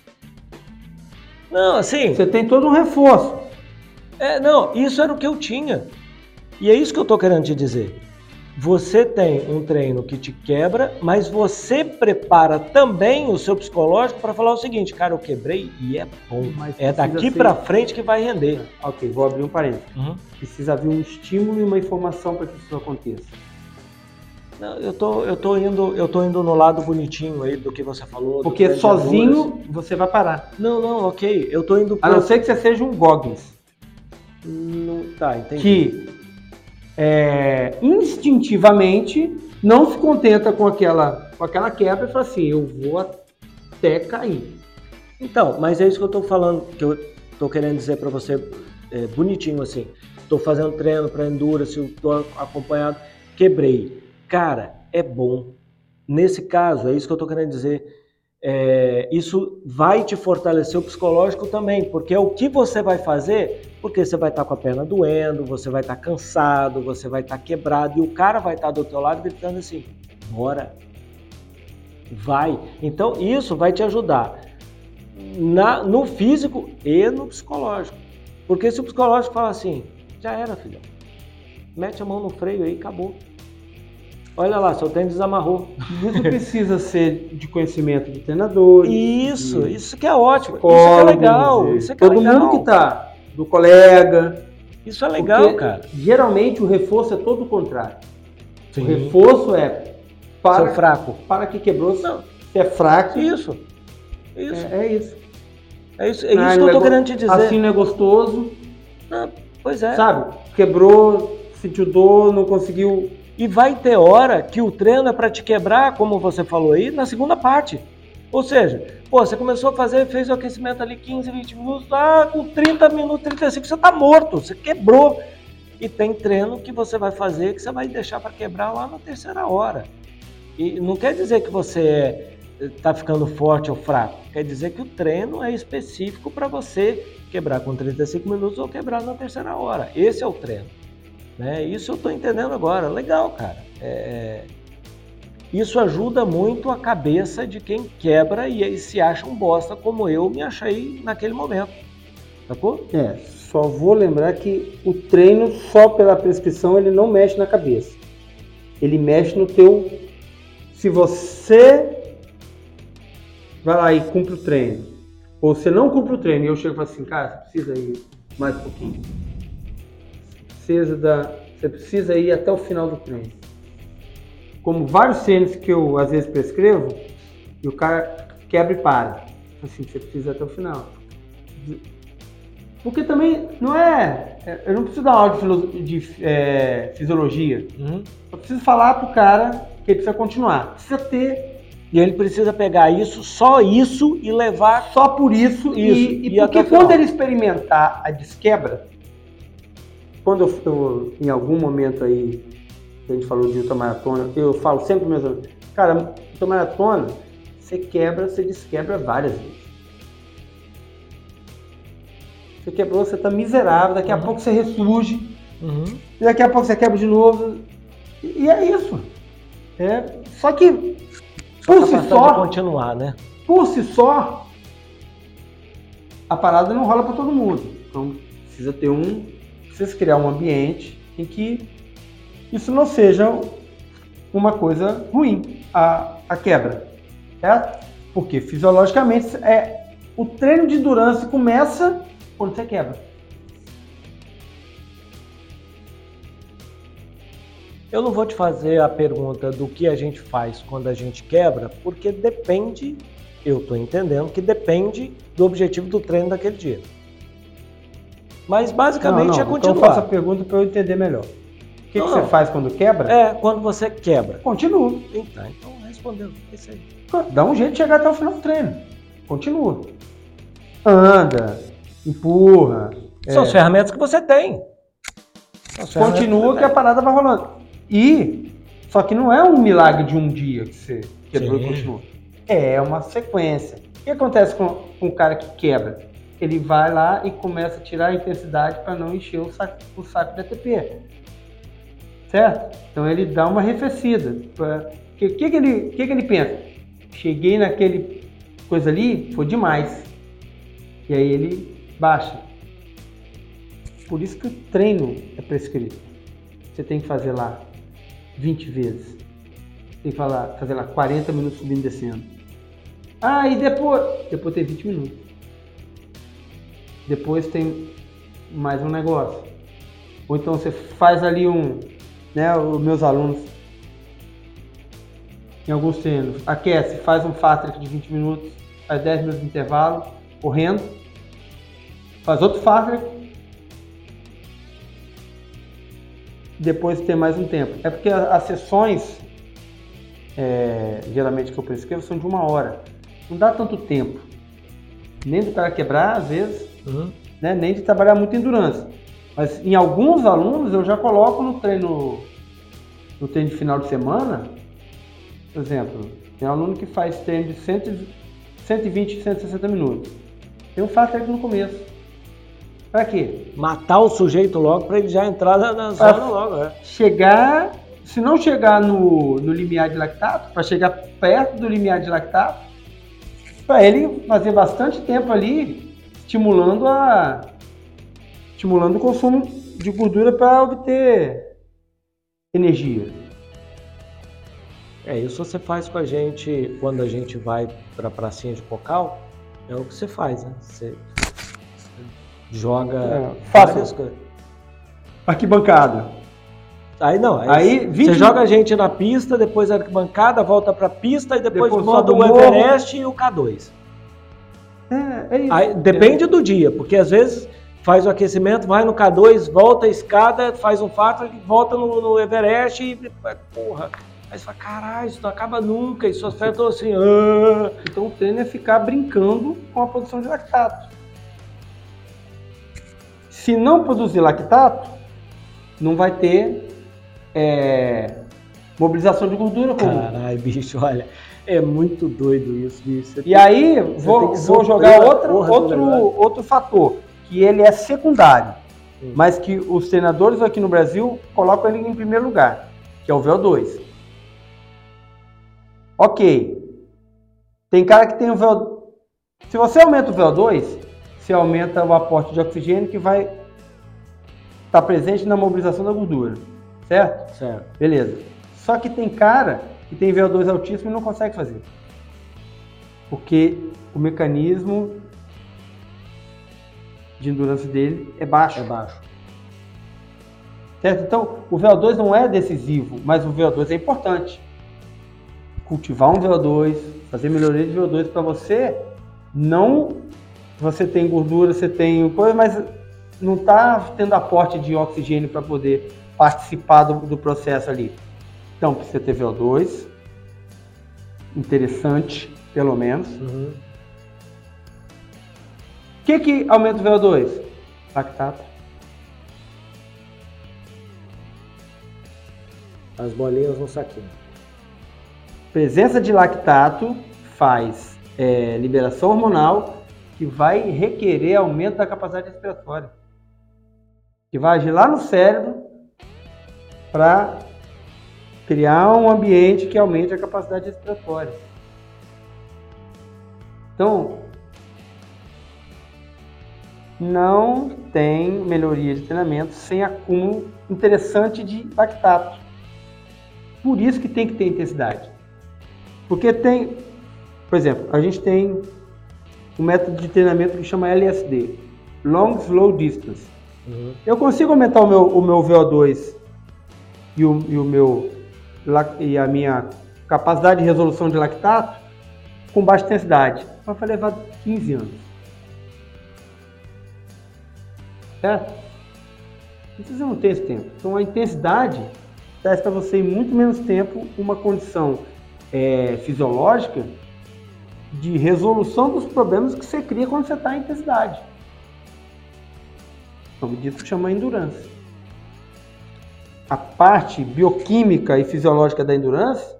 Não, assim... Você tem todo um reforço. Não, isso era o que eu tinha. E é isso que eu tô querendo te dizer. Você tem um treino que te quebra, mas você prepara também o seu psicológico para falar o seguinte, cara, eu quebrei e é bom. Mas é daqui para frente que vai render. Ok, vou abrir um parênteses. Precisa haver um estímulo e uma informação para que isso aconteça. Não, eu tô indo no lado bonitinho aí do que você falou. Porque sozinho você vai parar. Não, ok. Eu tô indo... A não ser que você seja um Goggins. Tá, entendi. Que instintivamente não se contenta com aquela quebra e fala assim, eu vou até cair. Então, mas é isso que eu tô falando, que eu tô querendo dizer para você, bonitinho assim. Tô fazendo treino para endurance, tô acompanhado, quebrei. Cara, é bom. Nesse caso, é isso que eu tô querendo dizer. Isso vai te fortalecer o psicológico também, porque é o que você vai fazer, porque você vai estar com a perna doendo, você vai estar cansado, você vai estar quebrado e o cara vai estar do teu lado gritando assim, bora, vai. Então isso vai te ajudar no físico e no psicológico, porque se o psicológico fala assim, já era, filho, mete a mão no freio aí, acabou. Olha lá, seu tênis desamarrou. Isso precisa ser de conhecimento do treinador. Isso que é ótimo. Isso que é legal. Isso que é todo legal. mundo que tá, do colega. Isso é legal, cara. Geralmente o reforço é todo o contrário. Sim. O reforço é seu fraco. Para que quebrou, não. Se é fraco. Isso. É isso. É isso que eu tô querendo te dizer. Assim não é gostoso. Não, pois é. Sabe? Quebrou, sentiu dor, não conseguiu. E vai ter hora que o treino é para te quebrar, como você falou aí, na segunda parte. Ou seja, você começou a fazer, fez o aquecimento ali 15, 20 minutos, com 30 minutos, 35, você tá morto, você quebrou. E tem treino que você vai fazer que você vai deixar para quebrar lá na terceira hora. E não quer dizer que você está ficando forte ou fraco. Quer dizer que o treino é específico para você quebrar com 35 minutos ou quebrar na terceira hora. Esse é o treino. Né? Isso eu estou entendendo agora. Legal, cara. Isso ajuda muito a cabeça de quem quebra e se acha um bosta, como eu me achei naquele momento. Sacou? Só vou lembrar que o treino, só pela prescrição, ele não mexe na cabeça. Ele mexe no teu... Se você vai lá e cumpre o treino, ou você não cumpre o treino, e eu chego e falo assim, cara, você precisa ir mais um pouquinho. Você precisa ir até o final do treino. Como vários treinos que eu às vezes prescrevo, e o cara quebra e para. Assim, você precisa ir até o final. Porque também não eu não preciso dar aula de fisiologia. Eu preciso falar pro cara que ele precisa continuar. Precisa ter. E ele precisa pegar só isso e levar... Só por isso. E porque quando ele experimentar a desquebra, quando eu em algum momento aí, a gente falou de ultramaratona, eu falo sempre meus alunos, cara, ultramaratona, você quebra, você desquebra várias vezes. Você quebrou, você tá miserável, daqui a pouco você ressurge, e daqui a pouco você quebra de novo, e é isso. Só que, por si só, de continuar, né? Por si só, a parada não rola para todo mundo. Então, precisa criar um ambiente em que isso não seja uma coisa ruim, a quebra, certo? Porque fisiologicamente o treino de endurance começa quando você quebra. Eu não vou te fazer a pergunta do que a gente faz quando a gente quebra, porque depende, eu estou entendendo que depende do objetivo do treino daquele dia. Mas basicamente é continuar. Então eu faço a pergunta para eu entender melhor. O que você faz quando quebra? Quando você quebra. Continua. Então respondeu. É isso aí. Dá um jeito de chegar até o final do treino. Continua. Anda, empurra. São as ferramentas que você tem. Continua que a parada vai rolando. Só que não é um milagre de um dia que você quebrou e continua. É uma sequência. O que acontece com o cara que quebra? Ele vai lá e começa a tirar a intensidade para não encher o saco de ATP. Certo? Então ele dá uma arrefecida. O que ele pensa? Cheguei naquele coisa ali, foi demais. E aí ele baixa. Por isso que o treino é prescrito. Você tem que fazer lá 20 vezes. Tem que fazer lá 40 minutos subindo e descendo. E depois tem 20 minutos. Depois tem mais um negócio. Ou então você faz ali os meus alunos, em alguns treinos, aquece, faz um fast track de 20 minutos, faz 10 minutos de intervalo, correndo, faz outro fast track, depois tem mais um tempo. É porque as sessões, geralmente que eu prescrevo, são de 1 hora. Não dá tanto tempo. Nem do cara quebrar, às vezes, né? Nem de trabalhar muito endurance. Mas em alguns alunos eu já coloco no treino de final de semana, por exemplo, tem um aluno que faz treino de 120, 160 minutos. Tem um fast track no começo. Pra quê? Matar o sujeito logo para ele já entrar na zona logo. Chegar, se não chegar no limiar de lactato, para chegar perto do limiar de lactato, para ele fazer bastante tempo ali, estimulando o consumo de gordura para obter energia. Isso você faz com a gente quando a gente vai para a pracinha de Cocal, é o que você faz, né? Você joga várias coisas. Arquibancada. Aí você joga a gente na pista, depois a arquibancada, volta para a pista e depois manda o Everest e o K2. É isso. Aí, depende do dia, porque às vezes faz o aquecimento, vai no K2, volta a escada, faz um fato, volta no Everest e porra. Aí você fala, caralho, isso não acaba nunca, e suas pernas estão assim. Então o treino é ficar brincando com a produção de lactato. Se não produzir lactato, não vai ter mobilização de gordura comum. Caralho, bicho, olha, é muito doido isso, bicho. E aí, vou jogar outro fator, que ele é secundário, mas que os treinadores aqui no Brasil colocam ele em primeiro lugar, que é o VO2. Ok. Tem cara que tem o VO2. Se você aumenta o VO2, você aumenta o aporte de oxigênio que vai estar presente na mobilização da gordura. Certo? Certo. Beleza. Só que tem cara que tem VO2 altíssimo e não consegue fazer. Porque o mecanismo de endurance dele é baixo. É baixo. Certo? Então, o VO2 não é decisivo, mas o VO2 é importante. Cultivar um VO2, fazer melhoria de VO2 para você, não... Você tem gordura, você tem coisa, mas não está tendo aporte de oxigênio para poder participar do processo ali. Então, precisa ter VO2, interessante, pelo menos. Uhum. O que aumenta o VO2? Lactato. As bolinhas no saquinho. Presença de lactato faz liberação hormonal que vai requerer aumento da capacidade respiratória. Que vai agir lá no cérebro para criar um ambiente que aumente a capacidade respiratória. Então, não tem melhoria de treinamento sem acúmulo interessante de lactato. Por isso que tem que ter intensidade. Porque tem, por exemplo, a gente tem um método de treinamento que chama LSD, Long Slow Distance. Uhum. Eu consigo aumentar o meu VO2 e a minha capacidade de resolução de lactato com baixa intensidade. Mas vai levar 15 anos. Certo? Você não tem esse tempo. Então a intensidade traz para você em muito menos tempo uma condição fisiológica de resolução dos problemas que você cria quando você está em intensidade. Então, disso que chama endurance. A parte bioquímica e fisiológica da endurance,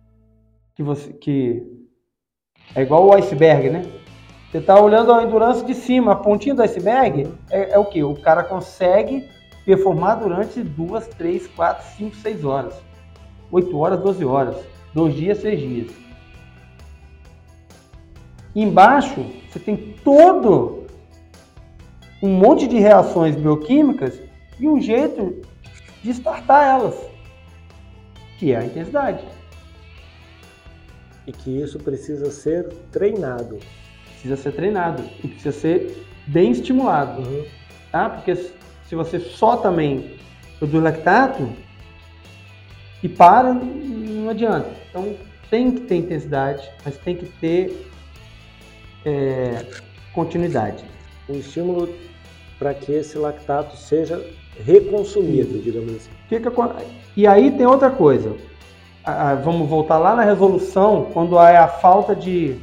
que é igual o iceberg, né? Você está olhando a endurance de cima, a pontinha do iceberg é o que? O cara consegue performar durante 2, 3, 4, 5, 6 horas. 8 horas, 12 horas. 2 dias, 6 dias. Embaixo, você tem todo um monte de reações bioquímicas e um jeito de startar elas, que é a intensidade. E que isso precisa ser treinado. Precisa ser treinado e precisa ser bem estimulado. Uhum. Tá? Porque se você só também produz lactato e para, não adianta. Então tem que ter intensidade, mas tem que ter continuidade. Um estímulo para que esse lactato seja reconsumido, digamos assim. E aí tem outra coisa. Vamos voltar lá na resolução, quando é a falta de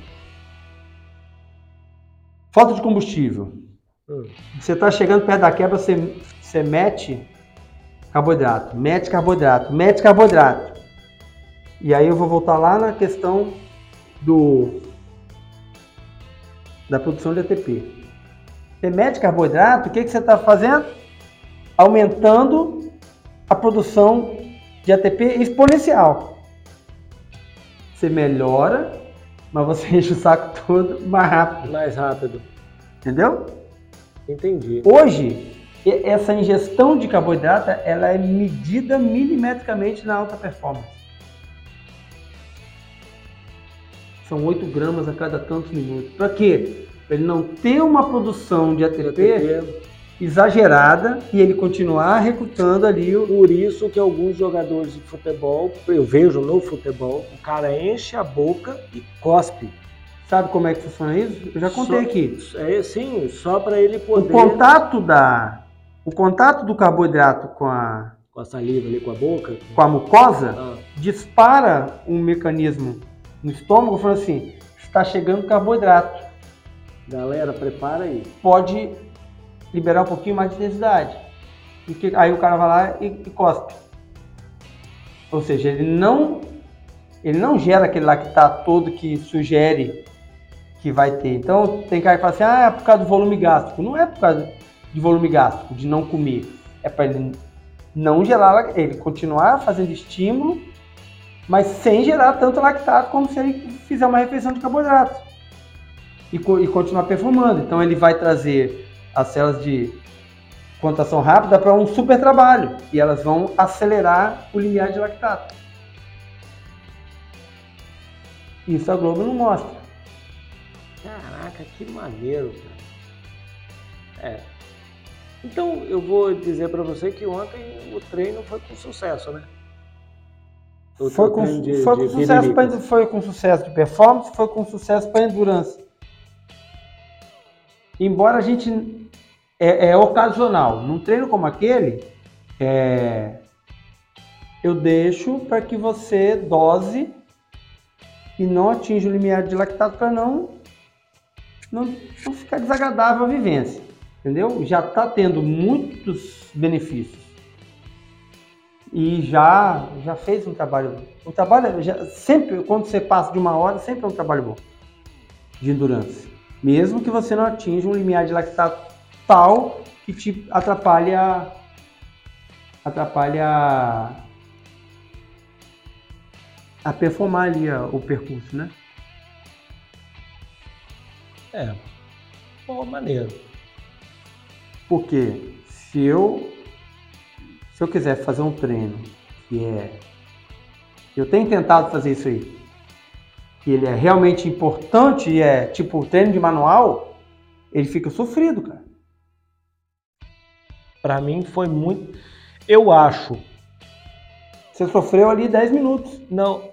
combustível. Você está chegando perto da quebra, você mete carboidrato. E aí eu vou voltar lá na questão da produção de ATP. Você mete carboidrato, o que você está fazendo? Aumentando a produção de ATP exponencial. Você melhora, mas você enche o saco todo mais rápido. Mais rápido. Entendeu? Entendi. Hoje, essa ingestão de carboidrato ela é medida milimetricamente na alta performance. São 8 gramas a cada tantos minutos. Para quê? Para ele não ter uma produção de ATP exagerada e ele continuar recrutando ali. Por isso que alguns jogadores de futebol, eu vejo no futebol, o cara enche a boca e cospe. Sabe como é que funciona isso? Eu já contei aqui. Sim, só para ele poder... O contato do carboidrato com a saliva ali, com a boca, com a mucosa, dispara um mecanismo no estômago falando assim, está chegando carboidrato. Galera, prepara aí. Pode liberar um pouquinho mais de intensidade. Aí o cara vai lá e cospe. Ou seja, ele não gera aquele lactato todo que sugere que vai ter. Então tem cara que fala assim, é por causa do volume gástrico. Não é por causa de volume gástrico, de não comer. É para ele não gerar, ele continuar fazendo estímulo, mas sem gerar tanto lactato como se ele fizer uma refeição de carboidrato. E continuar performando. Então ele vai trazer as células de contação rápida para um super trabalho. E elas vão acelerar o limiar de lactato. Isso a Globo não mostra. Caraca, que maneiro, cara. Então eu vou dizer para você que ontem o treino foi com sucesso, né? Foi com sucesso de performance, foi com sucesso para endurance. Embora a gente é ocasional, num treino como aquele, eu deixo para que você dose e não atinja o limiar de lactato para não ficar desagradável a vivência, entendeu? Já está tendo muitos benefícios e já fez um trabalho. O trabalho sempre, quando você passa de 1 hora, sempre é um trabalho bom de endurance, mesmo que você não atinja um limiar de lactato tal que te atrapalha a performar ali o percurso, né? Pô, maneiro. Porque se eu quiser fazer um treino eu tenho tentado fazer isso aí, que ele é realmente importante e é tipo o treino de manual, ele fica sofrido, cara. Pra mim foi muito... Eu acho. Você sofreu ali 10 minutos. Não.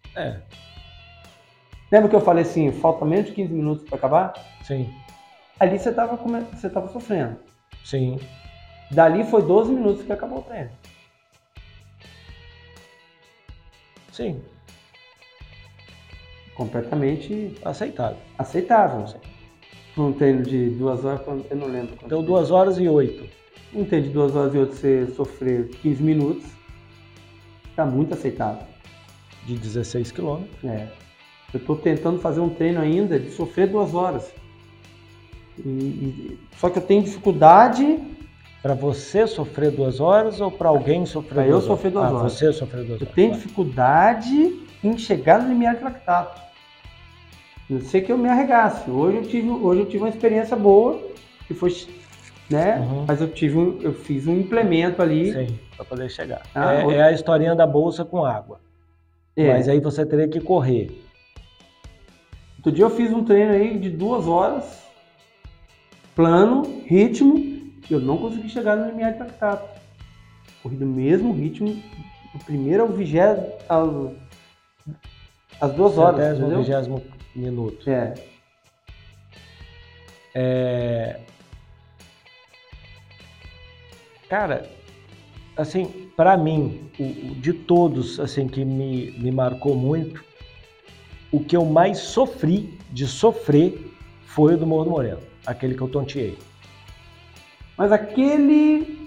Lembra que eu falei assim, falta menos de 15 minutos para acabar? Sim. Ali você tava sofrendo. Sim. Dali foi 12 minutos que acabou o treino. Sim. Completamente aceitável. Sim. Um treino de 2 horas, eu não lembro. Deu 2 horas e 8. Um treino de 2 horas e 8 você sofrer 15 minutos, tá muito aceitável. De 16 quilômetros. Eu tô tentando fazer um treino ainda de sofrer 2 horas. Só que eu tenho dificuldade... Para você sofrer 2 horas ou para alguém sofrer 2 horas? Para eu sofrer 2 horas. Você sofrer 2 horas. Eu tenho dificuldade em chegar no limiar de lactato. Não sei que eu me arregasse. Hoje eu tive uma experiência boa, que foi, né? Uhum. Mas eu fiz um implemento ali. Sim, para poder chegar. É a historinha da bolsa com água. Mas aí você teria que correr. Outro dia eu fiz um treino aí de 2 horas, plano, ritmo, e eu não consegui chegar no limiar de lactato. Corri do mesmo ritmo, do primeiro ao 20º, às 2 horas. 20º minuto. Cara, assim, para mim, de todos, assim, que me marcou muito, o que eu mais sofri de sofrer foi o do Morro do Moreno, aquele que eu tonteei. Mas aquele...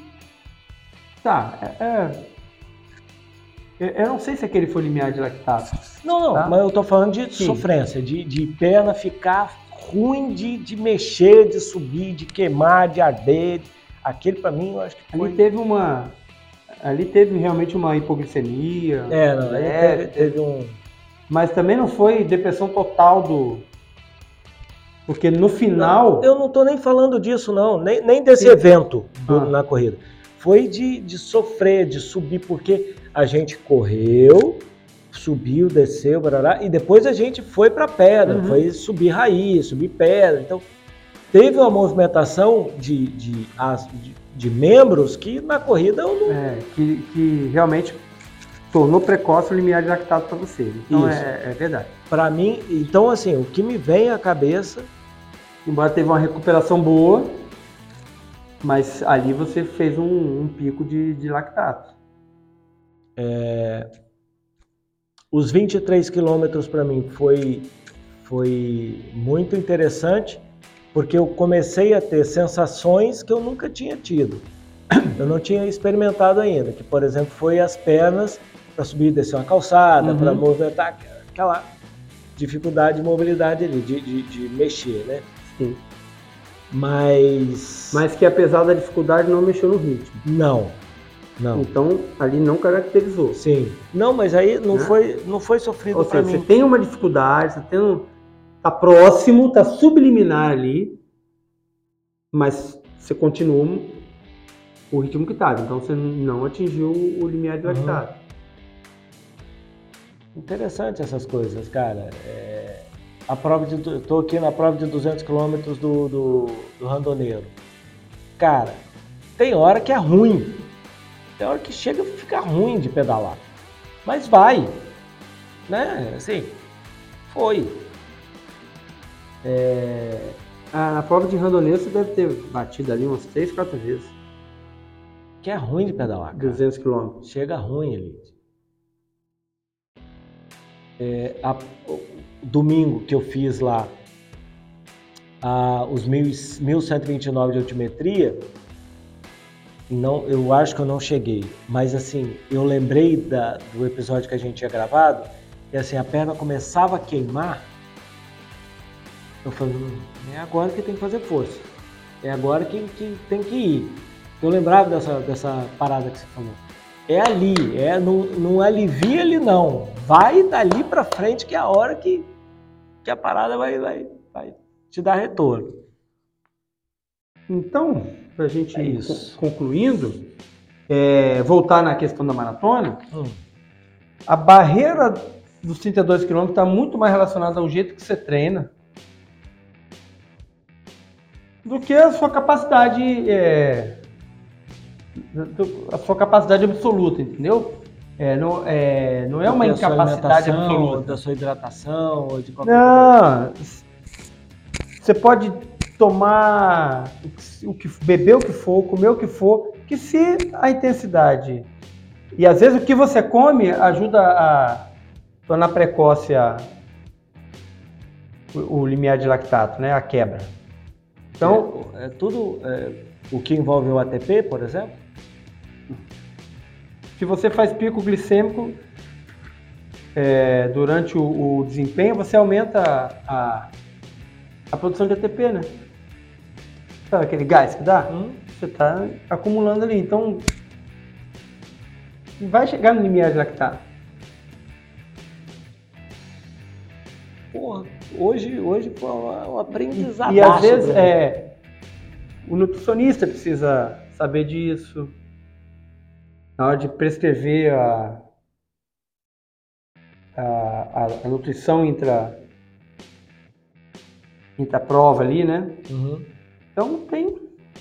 Eu não sei se aquele foi limiar de lactato. Não, mas eu tô falando de sofrência, de perna ficar ruim de mexer, de subir, de queimar, de arder. Aquele pra mim, eu acho que foi... Ali teve realmente uma hipoglicemia. Ali teve um... Mas também não foi depressão total Porque no final... Eu não tô nem falando disso, não. Nem desse evento na corrida. Foi de sofrer, de subir, porque a gente correu, subiu, desceu, barará, e depois a gente foi para pedra, foi subir raiz, subir pedra. Então, teve uma movimentação de membros que na corrida eu não... que realmente tornou precoce o limiar de lactato para você. Então, é verdade. Para mim, então, assim, o que me vem à cabeça... Embora teve uma recuperação boa, mas ali você fez um pico de lactato. Os 23 quilômetros para mim foi muito interessante, porque eu comecei a ter sensações que eu nunca tinha tido. eu não tinha experimentado ainda, que, por exemplo, foi as pernas para subir e descer uma calçada, para movimentar aquela dificuldade de mobilidade ali, de mexer, né? Sim. Mas que apesar da dificuldade não mexeu no ritmo. Não. Então ali não caracterizou. Sim. Não, mas aí não foi sofrido para mim. Você tem uma dificuldade, tá próximo, tá subliminar ali, mas você continua o ritmo que estava. Então você não atingiu o limiar de lactato. Interessante essas coisas, cara. Tô aqui na prova de 200 km do Randoneiro. Cara, tem hora que é ruim. Tem hora que chega a ficar ruim de pedalar. Mas vai. Né? Assim, foi. Na prova de Randoneiro você deve ter batido ali umas 3, 4 vezes. Que é ruim de pedalar, cara. 200 km. Chega ruim ali. Domingo que eu fiz lá os 1129 de altimetria, não, eu acho que eu não cheguei, mas assim, eu lembrei do episódio que a gente tinha gravado, e assim, a perna começava a queimar, eu falei, é agora que tem que fazer força, é agora que tem que ir. Eu lembrava dessa parada que você falou. É ali, não alivia ali não, vai dali pra frente que é a hora que a parada vai te dar retorno. Então, para a gente ir concluindo, voltar na questão da maratona, a barreira dos 32 km está muito mais relacionada ao jeito que você treina do que a sua capacidade, absoluta, entendeu? Não é uma incapacidade absoluta. Da sua hidratação ou de qualquer coisa. Você pode tomar beber o que for, comer o que for, que se a intensidade e às vezes o que você come ajuda a tornar precoce o limiar de lactato, né? A quebra. Então, tudo o que envolve o ATP, por exemplo? Se você faz pico glicêmico durante o desempenho, você aumenta a produção de ATP, né? Sabe aquele gás que dá? Você está acumulando ali. Então, vai chegar no limiar de lactato. Porra, hoje foi um aprendizado. E às vezes o nutricionista precisa saber disso. Na hora de prescrever a nutrição intra-prova ali, né? Então tem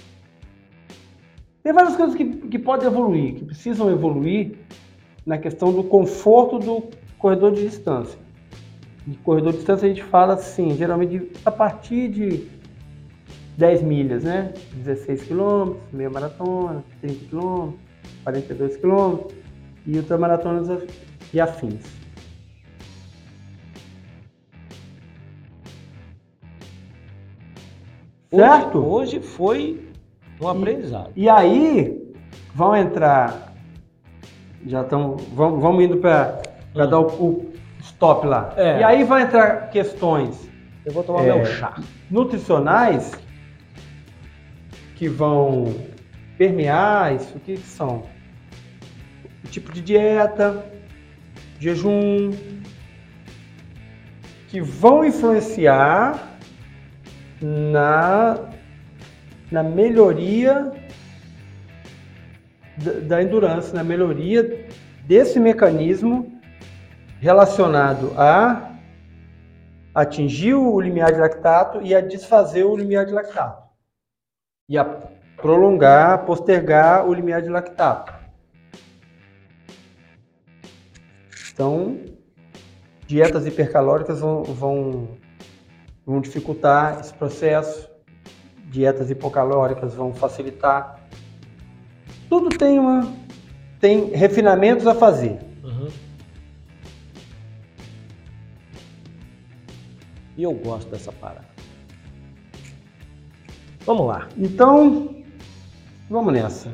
várias coisas que podem evoluir, que precisam evoluir na questão do conforto do corredor de distância. De corredor de distância a gente fala assim, geralmente a partir de 10 milhas, né? 16 km, meia maratona, 30 km, 42 km e ultramaratonas e afins. Certo? Hoje foi um aprendizado. E aí vão entrar, vamos indo para dar o stop lá. E aí vão entrar questões. Eu vou tomar meu chá. Nutricionais que vão permear isso. O que são? O tipo de dieta, jejum, que vão influenciar na melhoria da endurance, na melhoria desse mecanismo relacionado a atingir o limiar de lactato e a desfazer o limiar de lactato. E a prolongar, postergar o limiar de lactato. Então, dietas hipercalóricas vão dificultar esse processo, dietas hipocalóricas vão facilitar. Tudo tem refinamentos a fazer. E eu gosto dessa parada. Vamos lá. Então, Vamos nessa.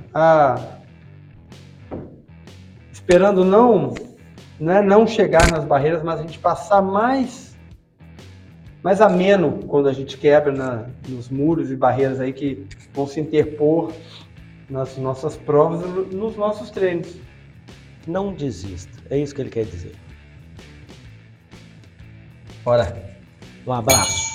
Esperando não é não chegar nas barreiras, mas a gente passar mais ameno quando a gente quebra nos muros e barreiras aí que vão se interpor nas nossas provas e nos nossos treinos. Não desista, é isso que ele quer dizer. Bora. Um abraço.